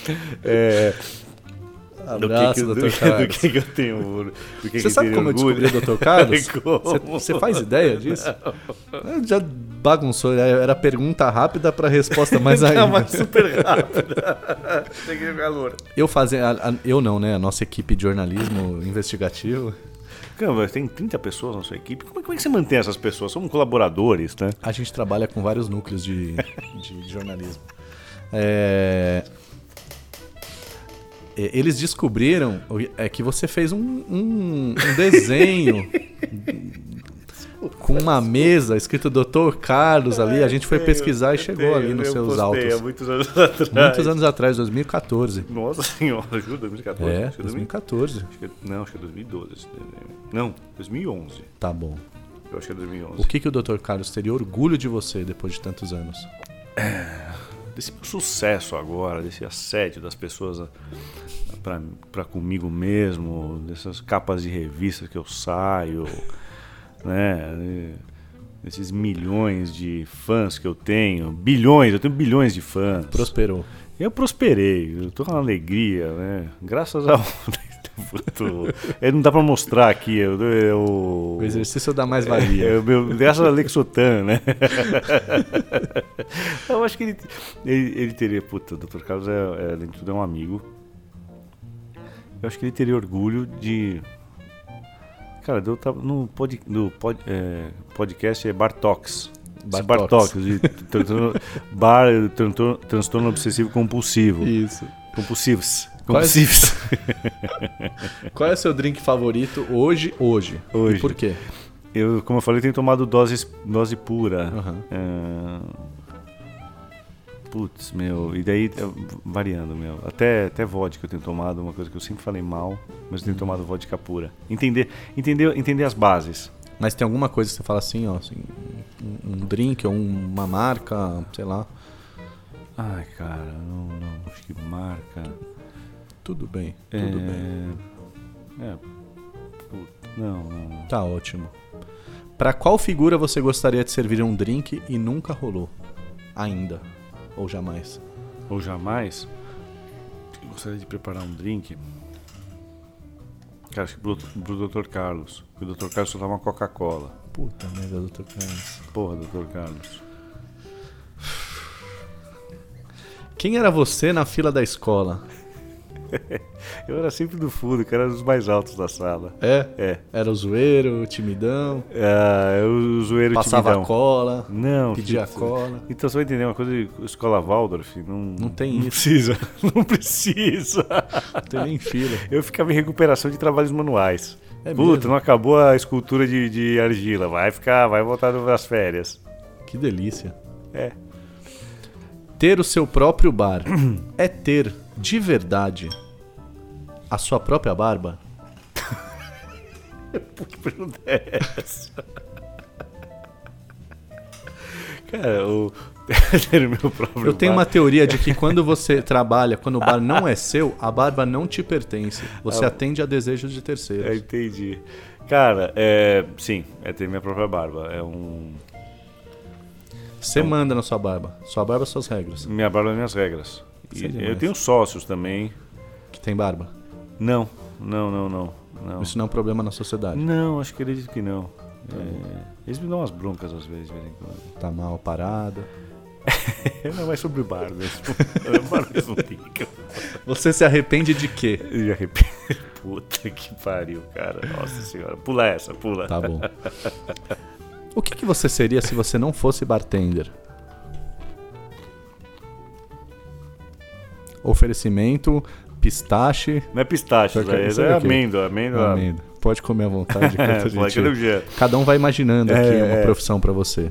Abraço, Dr. Carlos. Do que eu tenho? Você sabe como orgulho? eu descobri o Dr. Carlos? Você faz ideia disso? Eu já bagunçou, era pergunta rápida para resposta mais ainda. Não, mas super rápida. Cheguei no calor. Eu não, né? A nossa equipe de jornalismo investigativo. Caramba, tem 30 pessoas na sua equipe. Como é que você mantém essas pessoas? São colaboradores, né? A gente trabalha com vários núcleos de jornalismo. Eles descobriram que você fez um desenho com uma mesa escrito Dr. Carlos ali. A gente foi pesquisar e chegou ali nos seus autos. Há muitos anos atrás. Muitos anos atrás, 2014. Nossa senhora, ajuda, 2014? Acho que 2014. Acho que é 2012. Não, 2011. Tá bom. Eu acho que é 2011. O que o Dr. Carlos teria orgulho de você depois de tantos anos? Desse meu sucesso agora, desse assédio das pessoas pra comigo mesmo, dessas capas de revistas que eu saio, né? Desses milhões de fãs que eu tenho, eu tenho bilhões de fãs. Prosperou. Eu prosperei, eu tô com uma alegria, né? Graças ao... não dá pra mostrar aqui. O exercício dá mais valia. Graças a Lexotan, né? Eu acho que ele teria... Puta, o Dr. Carlos, além de tudo, é um amigo. Eu acho que ele teria orgulho de... Cara, eu tava no podcast Bartox. Bartox, de transtorno obsessivo compulsivo. Isso. Compulsivos. Qual é o seu drink favorito hoje? E por quê? Como eu falei, tenho tomado dose pura. Uhum. Putz, meu, e daí variando, meu. Até vodka eu tenho tomado, uma coisa que eu sempre falei mal, mas eu tenho tomado vodka pura. Entender as bases. Mas tem alguma coisa que você fala assim, ó, assim, um drink ou uma marca, sei lá. Ai, cara, não, acho que marca. Tudo bem. Não. Tá ótimo. Pra qual figura você gostaria de servir um drink e nunca rolou? Ainda. Ou jamais? Eu gostaria de preparar um drink. Cara, acho que pro Dr. Carlos. Porque o Dr. Carlos só toma Coca-Cola. Puta merda, Dr. Carlos. Porra, Dr. Carlos. Quem era você na fila da escola? Eu era sempre do fundo, que era dos mais altos da sala. É? Era o zoeiro, o timidão? Eu zoeiro, passava timidão. A cola? Não. Pedia a cola? Então você vai entender uma coisa de escola Waldorf. Não tem isso. Precisa. Não precisa. Não tem nem fila. Eu ficava em recuperação de trabalhos manuais. Puta, mesmo? Não acabou a escultura de argila. Vai voltar nas férias. Que delícia. Ter o seu próprio bar é ter, de verdade, a sua própria barba? Que pergunta é essa? Cara, ter o meu próprio Eu tenho uma teoria de que quando você trabalha, quando o bar não é seu, a barba não te pertence. Você atende a desejos de terceiros. Entendi. Cara, sim, ter minha própria barba. Você manda na sua barba. Sua barba, suas regras. Minha barba é minhas regras. Eu tenho sócios também. Que tem barba? Não. Isso não é um problema na sociedade? Não, acho que eles não. Eles me dão umas broncas às vezes, de vez em quando. Tá mal parada? Não é sobre bar mesmo. Bar mesmo pica. Você se arrepende de quê? Eu me arrependo. Puta que pariu, cara. Nossa senhora. Pula essa, pula. Tá bom. O que você seria se você não fosse bartender? Oferecimento, pistache. Não é pistache, Isso é o quê? amêndoa. Pode comer à vontade. Cada um vai imaginando aqui uma profissão pra você.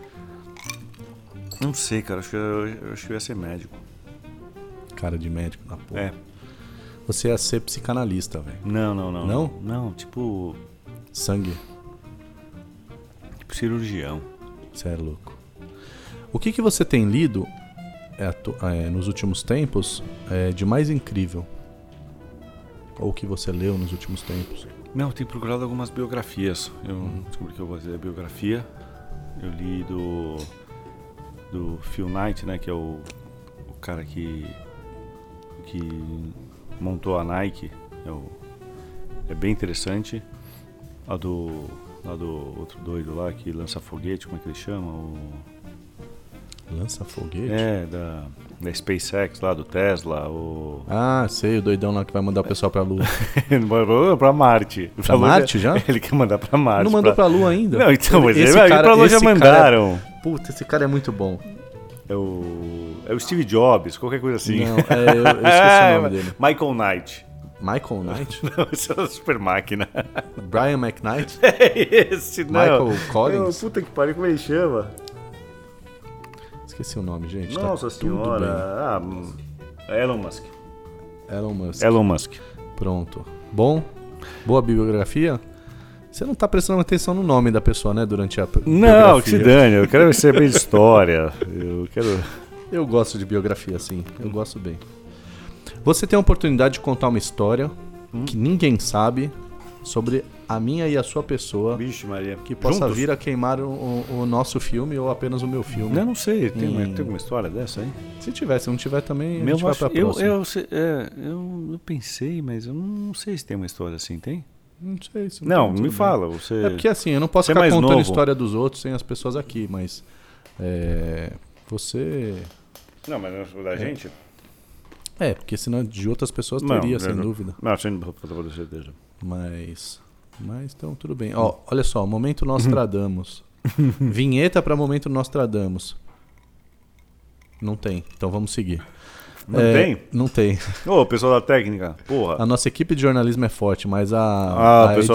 Não sei, cara. Acho que eu ia ser médico. Cara de médico na porra. É. Você ia ser psicanalista, velho. Não. Não? Não, tipo Sangue. cirurgião. Você é louco. O que você tem lido nos últimos tempos de mais incrível? Ou que você leu nos últimos tempos? Não, eu tenho procurado algumas biografias. Eu descobri que eu gosto de biografia. Eu li do Phil Knight, né, que é o cara que montou a Nike. É bem interessante. Lá do outro doido lá que lança foguete, como é que ele chama? Lança foguete? Da SpaceX lá, do Tesla. Ah, sei, o doidão lá que vai mandar o pessoal pra Lua. Ele mandou pra Marte. Pra Marte já? Ele quer mandar pra Marte. Não mandou pra Lua ainda? Não, então, mas ele pra Lua já mandaram. Puta, esse cara é muito bom. É o Steve Jobs, qualquer coisa assim. Não, eu esqueci o nome dele. Michael Knight. Michael Knight? Não, esse é a super máquina. Brian McKnight? É esse, não. Michael Collins? Puta que pariu, como ele chama? Esqueci o nome, gente. Nossa tá senhora. Elon Musk. Elon Musk. Pronto. Bom? Boa bibliografia? Você não tá prestando atenção no nome da pessoa, né? Durante a biografia. Não, que se dane. Eu quero saber de história. Eu gosto de biografia, sim. Eu gosto bem. Você tem a oportunidade de contar uma história que ninguém sabe sobre a minha e a sua pessoa. Vixe, Maria. Que possa Juntos? vir a queimar o nosso filme ou apenas o meu filme. Eu não sei. Tem alguma história dessa aí? Se tiver, se não tiver também, a gente vai pra próxima. Eu pensei, mas eu não sei se tem uma história assim, tem? Não sei. Se não, tem, me tudo fala. bem. Você... É porque assim, eu não posso Você é ficar mais contando novo. a história dos outros sem as pessoas aqui, mas você... Não, mas da gente... porque senão de outras pessoas teria, sem dúvida. Não, sem certeza. Mas então tudo bem. Ó, olha só, Momento Nostradamus. Vinheta pra Momento Nostradamus. Não tem, então vamos seguir. Não tem? Não tem. Ô, pessoal da técnica, porra. A nossa equipe de jornalismo é forte, mas a pessoal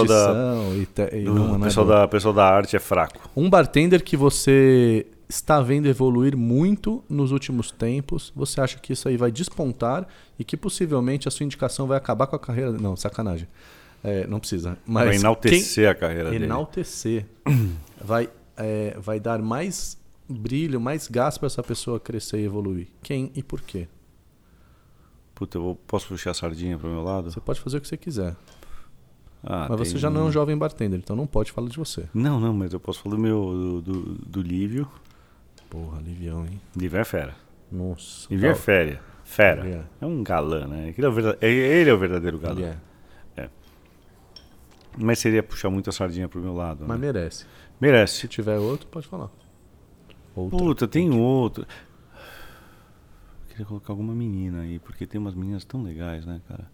edição... pessoal da arte é fraco. Um bartender que você está vendo evoluir muito nos últimos tempos, você acha que isso aí vai despontar e que possivelmente a sua indicação vai acabar com a carreira... Não, sacanagem. Não precisa. Mas vai enaltecer a carreira dele. Enaltecer. Vai dar mais brilho, mais gás para essa pessoa crescer e evoluir. Quem e por quê? Puta, posso puxar a sardinha pro meu lado? Você pode fazer o que você quiser. Mas você já não é um jovem bartender, então não pode falar de você. Não, mas eu posso falar do Lívio. Porra, Livião, hein? Lívio é fera. Nossa. Lívio é fera. É um galã, né? Ele é o verdadeiro galã. Ele é. Mas seria puxar muito a sardinha pro meu lado. Mas né? merece. Se tiver outro, pode falar. Puta, tem outro. Queria colocar alguma menina aí, porque tem umas meninas tão legais, né, cara?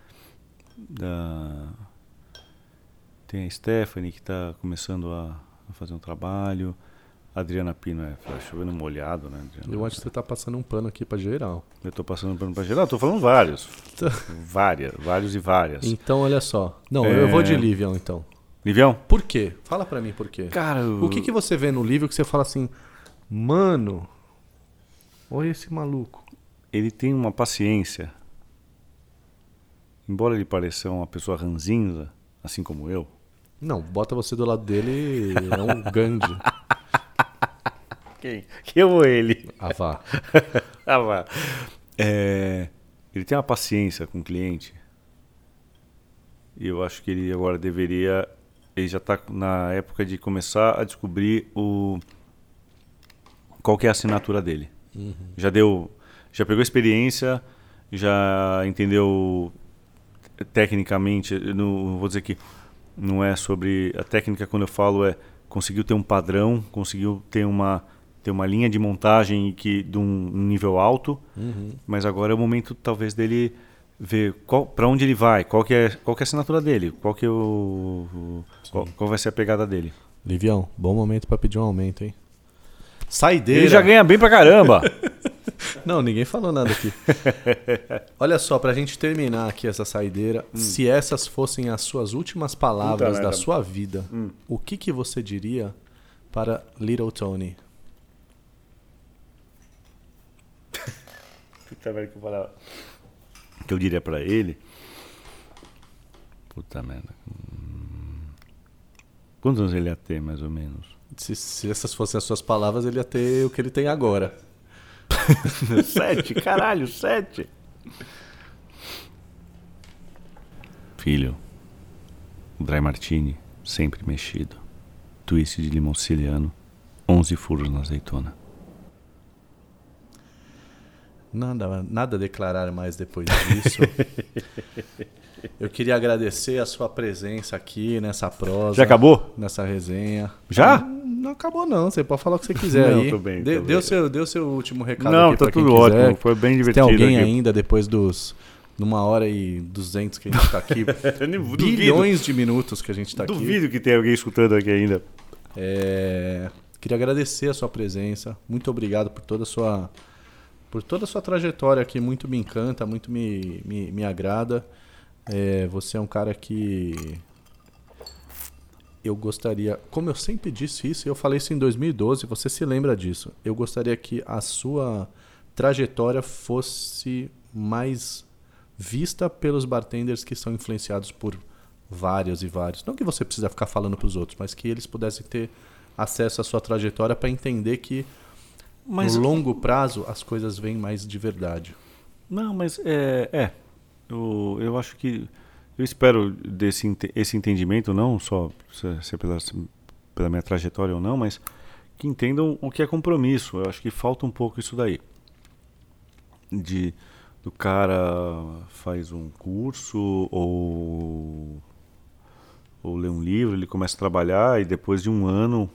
Tem a Stephanie, que tá começando a fazer um trabalho. A Adriana Pino chovendo molhado, né, Adriana? Eu acho que você tá passando um pano aqui pra geral. Eu tô passando um pano pra geral? Tô falando vários. Vários e várias. Então, olha só. Não, eu vou de Livião, então. Livião? Por quê? Fala pra mim por quê. Cara, o que você vê no livro que você fala assim... Mano, olha esse maluco. Ele tem uma paciência. Embora ele pareça uma pessoa ranzinza, assim como eu. Não, bota você do lado dele, é um Gandhi. Quem? Eu ou ele? Vá. Vá. Ele tem uma paciência com o cliente. E eu acho que ele agora deveria... Ele já está na época de começar a descobrir qual que é a assinatura dele. Uhum. Já pegou experiência, já entendeu tecnicamente, vou dizer que não é sobre a técnica, quando eu falo conseguiu ter um padrão, conseguiu ter uma ter uma linha de montagem de um nível alto, mas agora é o momento talvez dele ver para onde ele vai, qual que é a assinatura dele, qual vai ser a pegada dele. Livião, bom momento para pedir um aumento, hein? Saideira. Ele já ganha bem pra caramba. Não, ninguém falou nada aqui. Olha só, pra gente terminar aqui essa saideira, se essas fossem as suas últimas palavras da sua vida, o que você diria para Little Tony? Puta merda, que eu diria pra ele. Puta merda. Quantos anos ele ia ter, mais ou menos? Se essas fossem as suas palavras, ele ia ter o que ele tem agora. 7, caralho, 7. Filho, o Dry Martini, sempre mexido. Twist de limão siciliano, 11 furos na azeitona. Nada a declarar mais depois disso. Eu queria agradecer a sua presença aqui nessa prosa. Já acabou? Nessa resenha. Já? Não acabou não, você pode falar o que você quiser não, aí. Tô bem, deu seu último recado não, aqui tá pra quem tudo quiser. Ótimo, foi bem divertido. Se tem alguém aqui ainda, depois dos 1h200 que a gente tá aqui, bilhões de minutos que a gente tá aqui. Duvido que tenha alguém escutando aqui ainda. Queria agradecer a sua presença, muito obrigado por toda a sua trajetória aqui, muito me encanta, muito me agrada. Você é um cara que eu gostaria, como eu sempre disse isso, e eu falei isso em 2012, você se lembra disso, eu gostaria que a sua trajetória fosse mais vista pelos bartenders que são influenciados por vários e vários. Não que você precisa ficar falando para os outros, mas que eles pudessem ter acesso à sua trajetória para entender que no longo prazo as coisas vêm mais de verdade. Não, mas eu acho que eu espero esse entendimento, não só se pela minha trajetória ou não, mas que entendam o que é compromisso. Eu acho que falta um pouco isso daí. Do cara faz um curso ou lê um livro, ele começa a trabalhar e depois de um ano,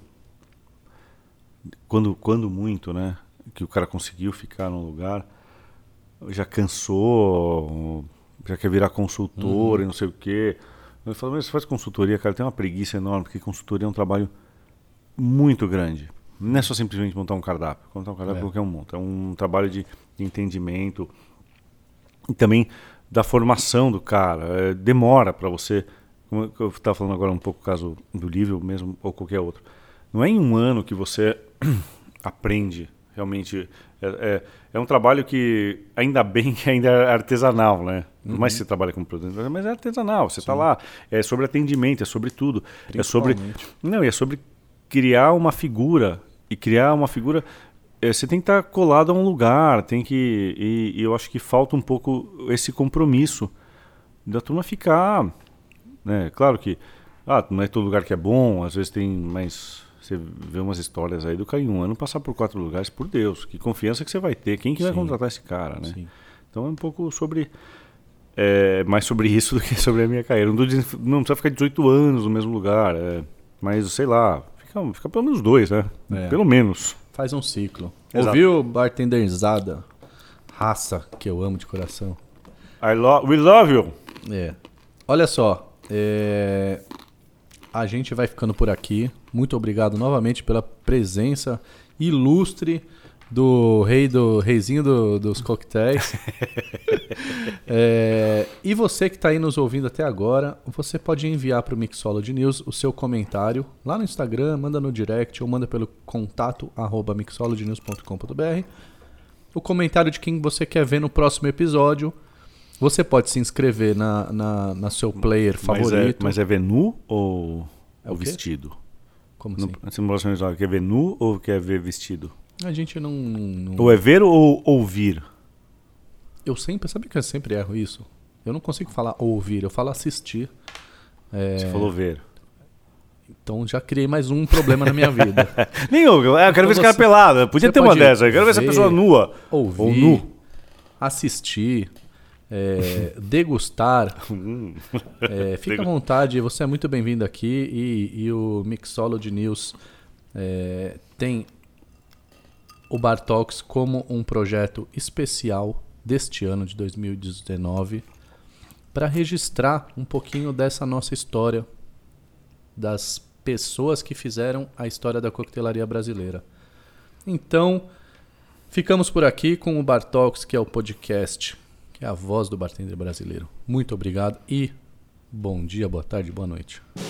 quando muito, né, que o cara conseguiu ficar no lugar, já cansou, já quer virar consultor e não sei o quê. Eu falo, mas você faz consultoria, cara, tem uma preguiça enorme, porque consultoria é um trabalho muito grande. Não é só simplesmente montar um cardápio. Montar um cardápio qualquer um monta. É um trabalho de entendimento e também da formação do cara. Demora para você, como eu estava falando agora um pouco o caso do livro mesmo, ou qualquer outro. Não é em um ano que você aprende realmente. É um trabalho que, ainda bem que ainda é artesanal, né? Por mais que você trabalhe como produto, mas é artesanal. Você está lá, é sobre atendimento, é sobre tudo. É sobre criar uma figura. E criar uma figura, você tem que estar colado a um lugar, e eu acho que falta um pouco esse compromisso da turma ficar, né? Claro que não é todo lugar que é bom, às vezes tem mais. Você vê umas histórias aí do cara em um ano passar por 4 lugares, por Deus, que confiança que você vai ter, quem que vai contratar esse cara, né? Sim. Então é um pouco mais sobre isso do que sobre a minha carreira. Não precisa ficar 18 anos no mesmo lugar, mas sei lá, fica pelo menos 2, né? Pelo menos. Faz um ciclo. Exato. Ouviu, bartenderzada? Raça que eu amo de coração. We love you. Olha só, a gente vai ficando por aqui. Muito obrigado novamente pela presença ilustre do reizinho dos coquetéis. E você que está aí nos ouvindo até agora, você pode enviar para o Mixology News o seu comentário lá no Instagram, manda no direct ou manda pelo contato@mixologynews.com.br. O comentário de quem você quer ver no próximo episódio. Você pode se inscrever na seu player favorito. Mas é ver nu ou vestido? Como assim? Você quer ver nu ou quer ver vestido? A gente não... Ou é ver ou ouvir? Sabe que eu sempre erro isso? Eu não consigo falar ouvir, eu falo assistir. Você falou ver. Então já criei mais um problema na minha vida. Eu quero ver esse cara pelado. Podia ter uma dessa. Eu quero ver essa pessoa nua. Ouvir, ou nu. Assistir, degustar. Fica à vontade, você é muito bem-vindo aqui. E o Mixology News tem o Bar Talks como um projeto especial deste ano de 2019 para registrar um pouquinho dessa nossa história, das pessoas que fizeram a história da coquetelaria brasileira. Então, ficamos por aqui com o Bar Talks, que é o podcast, que é a voz do bartender brasileiro. Muito obrigado e bom dia, boa tarde, boa noite.